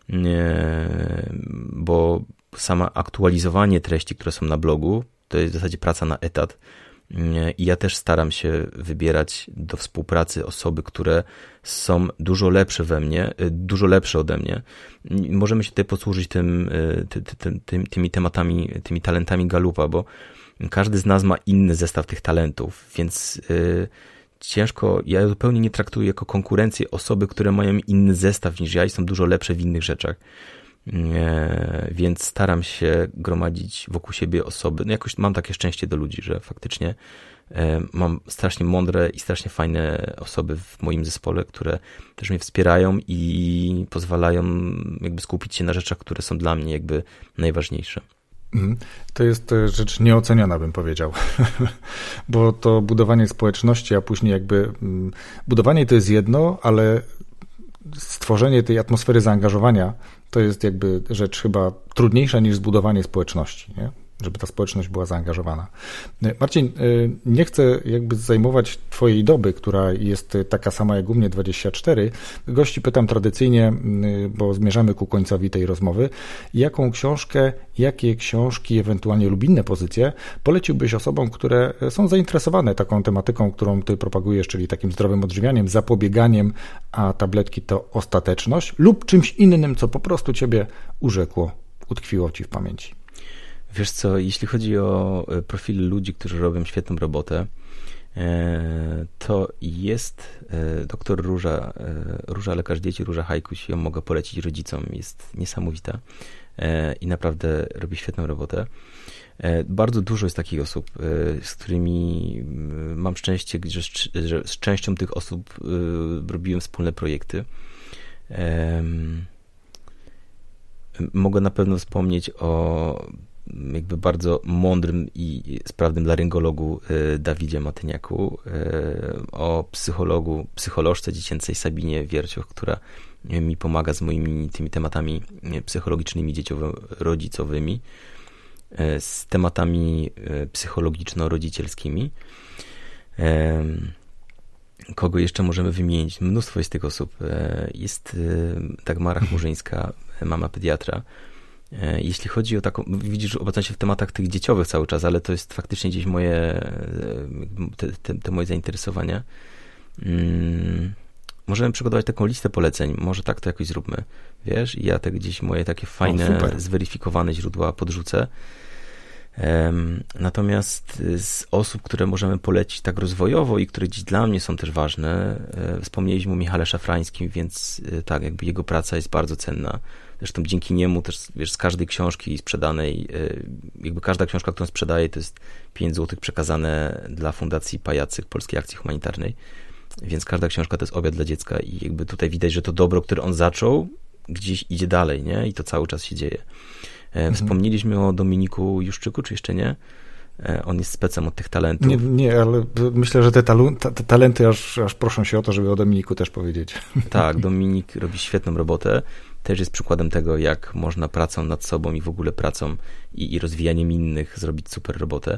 bo sama aktualizowanie treści, które są na blogu, to jest w zasadzie praca na etat i ja też staram się wybierać do współpracy osoby, które są dużo lepsze dużo lepsze ode mnie. Możemy się tutaj posłużyć tymi tematami, tymi talentami Gallupa, bo każdy z nas ma inny zestaw tych talentów, więc ciężko, ja zupełnie nie traktuję jako konkurencję osoby, które mają inny zestaw niż ja i są dużo lepsze w innych rzeczach. Więc staram się gromadzić wokół siebie osoby. No jakoś mam takie szczęście do ludzi, że faktycznie mam strasznie mądre i strasznie fajne osoby w moim zespole, które też mnie wspierają i pozwalają jakby skupić się na rzeczach, które są dla mnie jakby najważniejsze. To jest rzecz nieoceniona, bym powiedział, bo to budowanie społeczności, a później jakby budowanie to jest jedno, ale stworzenie tej atmosfery zaangażowania to jest jakby rzecz chyba trudniejsza niż zbudowanie społeczności, nie? Żeby ta społeczność była zaangażowana. Marcin, nie chcę jakby zajmować twojej doby, która jest taka sama jak u mnie, 24. Gości pytam tradycyjnie, bo zmierzamy ku końcowi tej rozmowy, jaką książkę, jakie książki, ewentualnie lub inne pozycje poleciłbyś osobom, które są zainteresowane taką tematyką, którą ty propagujesz, czyli takim zdrowym odżywianiem, zapobieganiem, a tabletki to ostateczność, lub czymś innym, co po prostu ciebie urzekło, utkwiło ci w pamięci? Wiesz co, jeśli chodzi o profil ludzi, którzy robią świetną robotę, to jest doktor Róża Lekarz Dzieci, Róża Hajkuś, ją mogę polecić rodzicom, jest niesamowita i naprawdę robi świetną robotę. Bardzo dużo jest takich osób, z którymi mam szczęście, że z częścią tych osób robiłem wspólne projekty. Mogę na pewno wspomnieć o jakby bardzo mądrym i sprawnym laryngologu Dawidzie Matyniaku, o psycholożce dziecięcej Sabinie Wiercioch, która mi pomaga z moimi tymi tematami psychologicznymi, dzieciowo-rodzicowymi, z tematami psychologiczno-rodzicielskimi. Kogo jeszcze możemy wymienić? Mnóstwo jest tych osób. Jest Dagmara Chmurzyńska, mama pediatra. Jeśli chodzi o taką, widzisz, obecnie się w tematach tych dzieciowych cały czas, ale to jest faktycznie gdzieś moje, te moje zainteresowania. Możemy przygotować taką listę poleceń, może tak to jakoś zróbmy, wiesz, i ja te gdzieś moje takie fajne, zweryfikowane źródła podrzucę. Natomiast z osób, które możemy polecić tak rozwojowo i które gdzieś dla mnie są też ważne, wspomnieliśmy o Michale Szafrańskim, więc tak, jakby jego praca jest bardzo cenna. Zresztą dzięki niemu też, wiesz, z każdej książki sprzedanej, jakby każda książka, którą sprzedaję, to jest 5 zł przekazane dla Fundacji Pajacyk Polskiej Akcji Humanitarnej, więc każda książka to jest obiad dla dziecka i jakby tutaj widać, że to dobro, które on zaczął, gdzieś idzie dalej, nie? I to cały czas się dzieje. Wspomnieliśmy o Dominiku Juszczyku, czy jeszcze nie? On jest specem od tych talentów. Nie, ale myślę, że te talenty aż proszą się o to, żeby o Dominiku też powiedzieć. Tak, Dominik robi świetną robotę. Też jest przykładem tego, jak można pracą nad sobą i w ogóle pracą i rozwijaniem innych zrobić super robotę.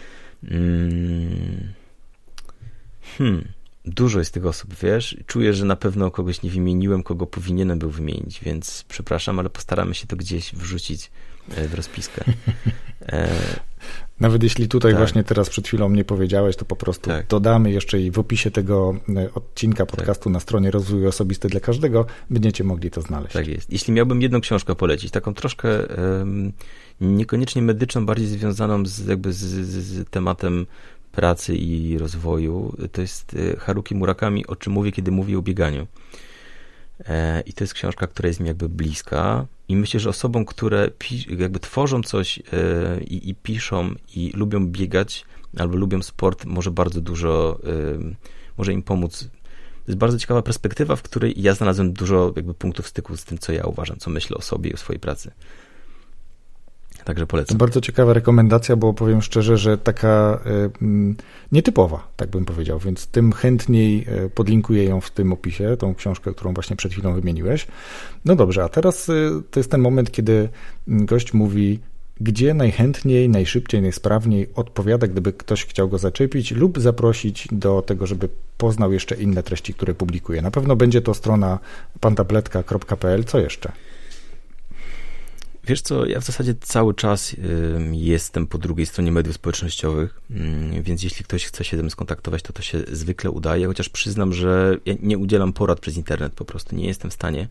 Dużo jest tych osób, wiesz? Czuję, że na pewno kogoś nie wymieniłem, kogo powinienem był wymienić, więc przepraszam, ale postaramy się to gdzieś wrzucić w rozpiskę. Nawet jeśli tutaj właśnie teraz przed chwilą mnie powiedziałeś, to po prostu dodamy jeszcze i w opisie tego odcinka podcastu na stronie Rozwój Osobisty dla Każdego będziecie mogli to znaleźć. Tak jest. Jeśli miałbym jedną książkę polecić, taką troszkę niekoniecznie medyczną, bardziej związaną z tematem pracy i rozwoju, to jest Haruki Murakami, O czym mówię, kiedy mówię o bieganiu. I to jest książka, która jest mi jakby bliska i myślę, że osobom, które jakby tworzą coś i piszą i lubią biegać albo lubią sport, może bardzo dużo, może im pomóc. To jest bardzo ciekawa perspektywa, w której ja znalazłem dużo jakby punktów styku z tym, co ja uważam, co myślę o sobie i o swojej pracy. Także polecam. Bardzo ciekawa rekomendacja, bo powiem szczerze, że taka nietypowa, tak bym powiedział, więc tym chętniej podlinkuję ją w tym opisie, tą książkę, którą właśnie przed chwilą wymieniłeś. No dobrze, a teraz to jest ten moment, kiedy gość mówi, gdzie najchętniej, najszybciej, najsprawniej odpowiada, gdyby ktoś chciał go zaczepić lub zaprosić do tego, żeby poznał jeszcze inne treści, które publikuje. Na pewno będzie to strona pantabletka.pl. Co jeszcze? Wiesz co, ja w zasadzie cały czas jestem po drugiej stronie mediów społecznościowych, więc jeśli ktoś chce się ze mną skontaktować, to się zwykle udaje, chociaż przyznam, że ja nie udzielam porad przez internet, po prostu nie jestem w stanie.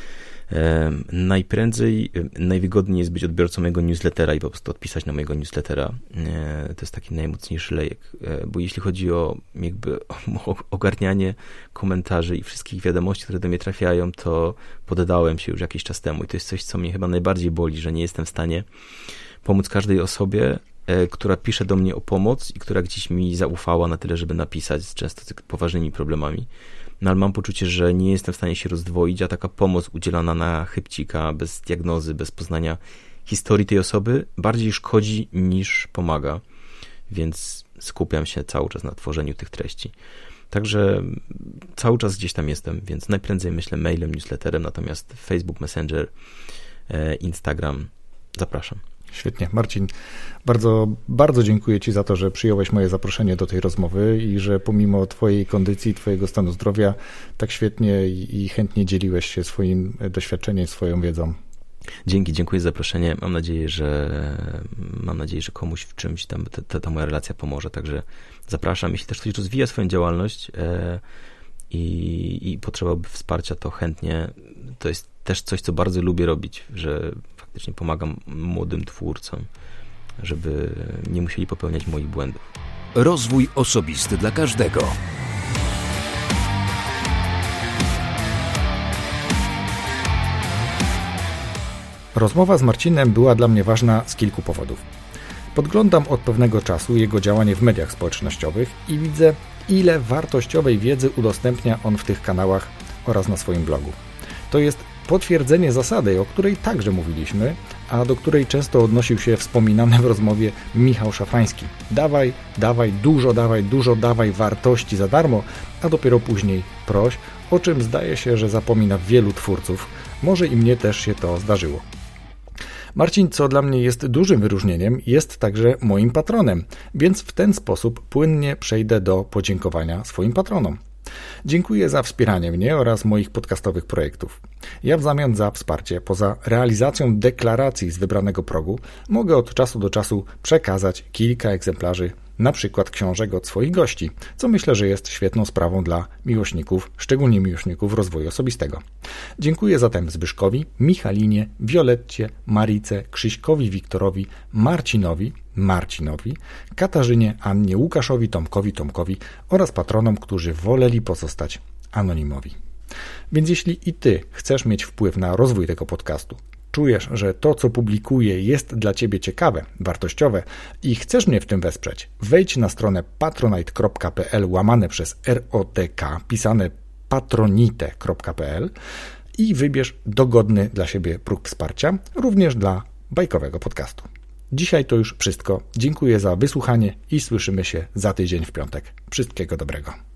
Najwygodniej jest być odbiorcą mojego newslettera i po prostu odpisać na mojego newslettera. To jest taki najmocniejszy lejek, bo jeśli chodzi o jakby ogarnianie komentarzy i wszystkich wiadomości, które do mnie trafiają, to poddałem się już jakiś czas temu i to jest coś, co mnie chyba najbardziej boli, że nie jestem w stanie pomóc każdej osobie, która pisze do mnie o pomoc i która gdzieś mi zaufała na tyle, żeby napisać z często z poważnymi problemami. No ale mam poczucie, że nie jestem w stanie się rozdwoić, a taka pomoc udzielana na chybcika, bez diagnozy, bez poznania historii tej osoby bardziej szkodzi niż pomaga. Więc skupiam się cały czas na tworzeniu tych treści. Także cały czas gdzieś tam jestem, więc najprędzej myślę mailem, newsletterem, natomiast Facebook, Messenger, Instagram, zapraszam. Świetnie. Marcin, bardzo, bardzo dziękuję Ci za to, że przyjąłeś moje zaproszenie do tej rozmowy i że pomimo Twojej kondycji, Twojego stanu zdrowia tak świetnie i chętnie dzieliłeś się swoim doświadczeniem, swoją wiedzą. Dziękuję za zaproszenie. Mam nadzieję, że komuś w czymś tam ta moja relacja pomoże. Także zapraszam. Jeśli też ktoś rozwija swoją działalność i potrzebowałby wsparcia, to chętnie. To jest też coś, co bardzo lubię robić, że faktycznie pomagam młodym twórcom, żeby nie musieli popełniać moich błędów. Rozwój osobisty dla każdego. Rozmowa z Marcinem była dla mnie ważna z kilku powodów. Podglądam od pewnego czasu jego działanie w mediach społecznościowych i widzę, ile wartościowej wiedzy udostępnia on w tych kanałach oraz na swoim blogu. To jest potwierdzenie zasady, o której także mówiliśmy, a do której często odnosił się wspominany w rozmowie Michał Szafrański. Dużo dawaj wartości za darmo, a dopiero później proś, o czym zdaje się, że zapomina wielu twórców. Może i mnie też się to zdarzyło. Marcin, co dla mnie jest dużym wyróżnieniem, jest także moim patronem, więc w ten sposób płynnie przejdę do podziękowania swoim patronom. Dziękuję za wspieranie mnie oraz moich podcastowych projektów. Ja w zamian za wsparcie, poza realizacją deklaracji z wybranego progu, mogę od czasu do czasu przekazać kilka egzemplarzy, na przykład książek od swoich gości, co myślę, że jest świetną sprawą dla miłośników, szczególnie miłośników rozwoju osobistego. Dziękuję zatem Zbyszkowi, Michalinie, Violetcie, Marice, Krzyśkowi, Wiktorowi, Marcinowi, Katarzynie, Annie, Łukaszowi, Tomkowi oraz patronom, którzy woleli pozostać anonimowi. Więc jeśli i Ty chcesz mieć wpływ na rozwój tego podcastu, czujesz, że to, co publikuję, jest dla Ciebie ciekawe, wartościowe i chcesz mnie w tym wesprzeć, wejdź na stronę patronite.pl/ROTK, pisane patronite.pl i wybierz dogodny dla siebie próg wsparcia, również dla bajkowego podcastu. Dzisiaj to już wszystko. Dziękuję za wysłuchanie i słyszymy się za tydzień w piątek. Wszystkiego dobrego.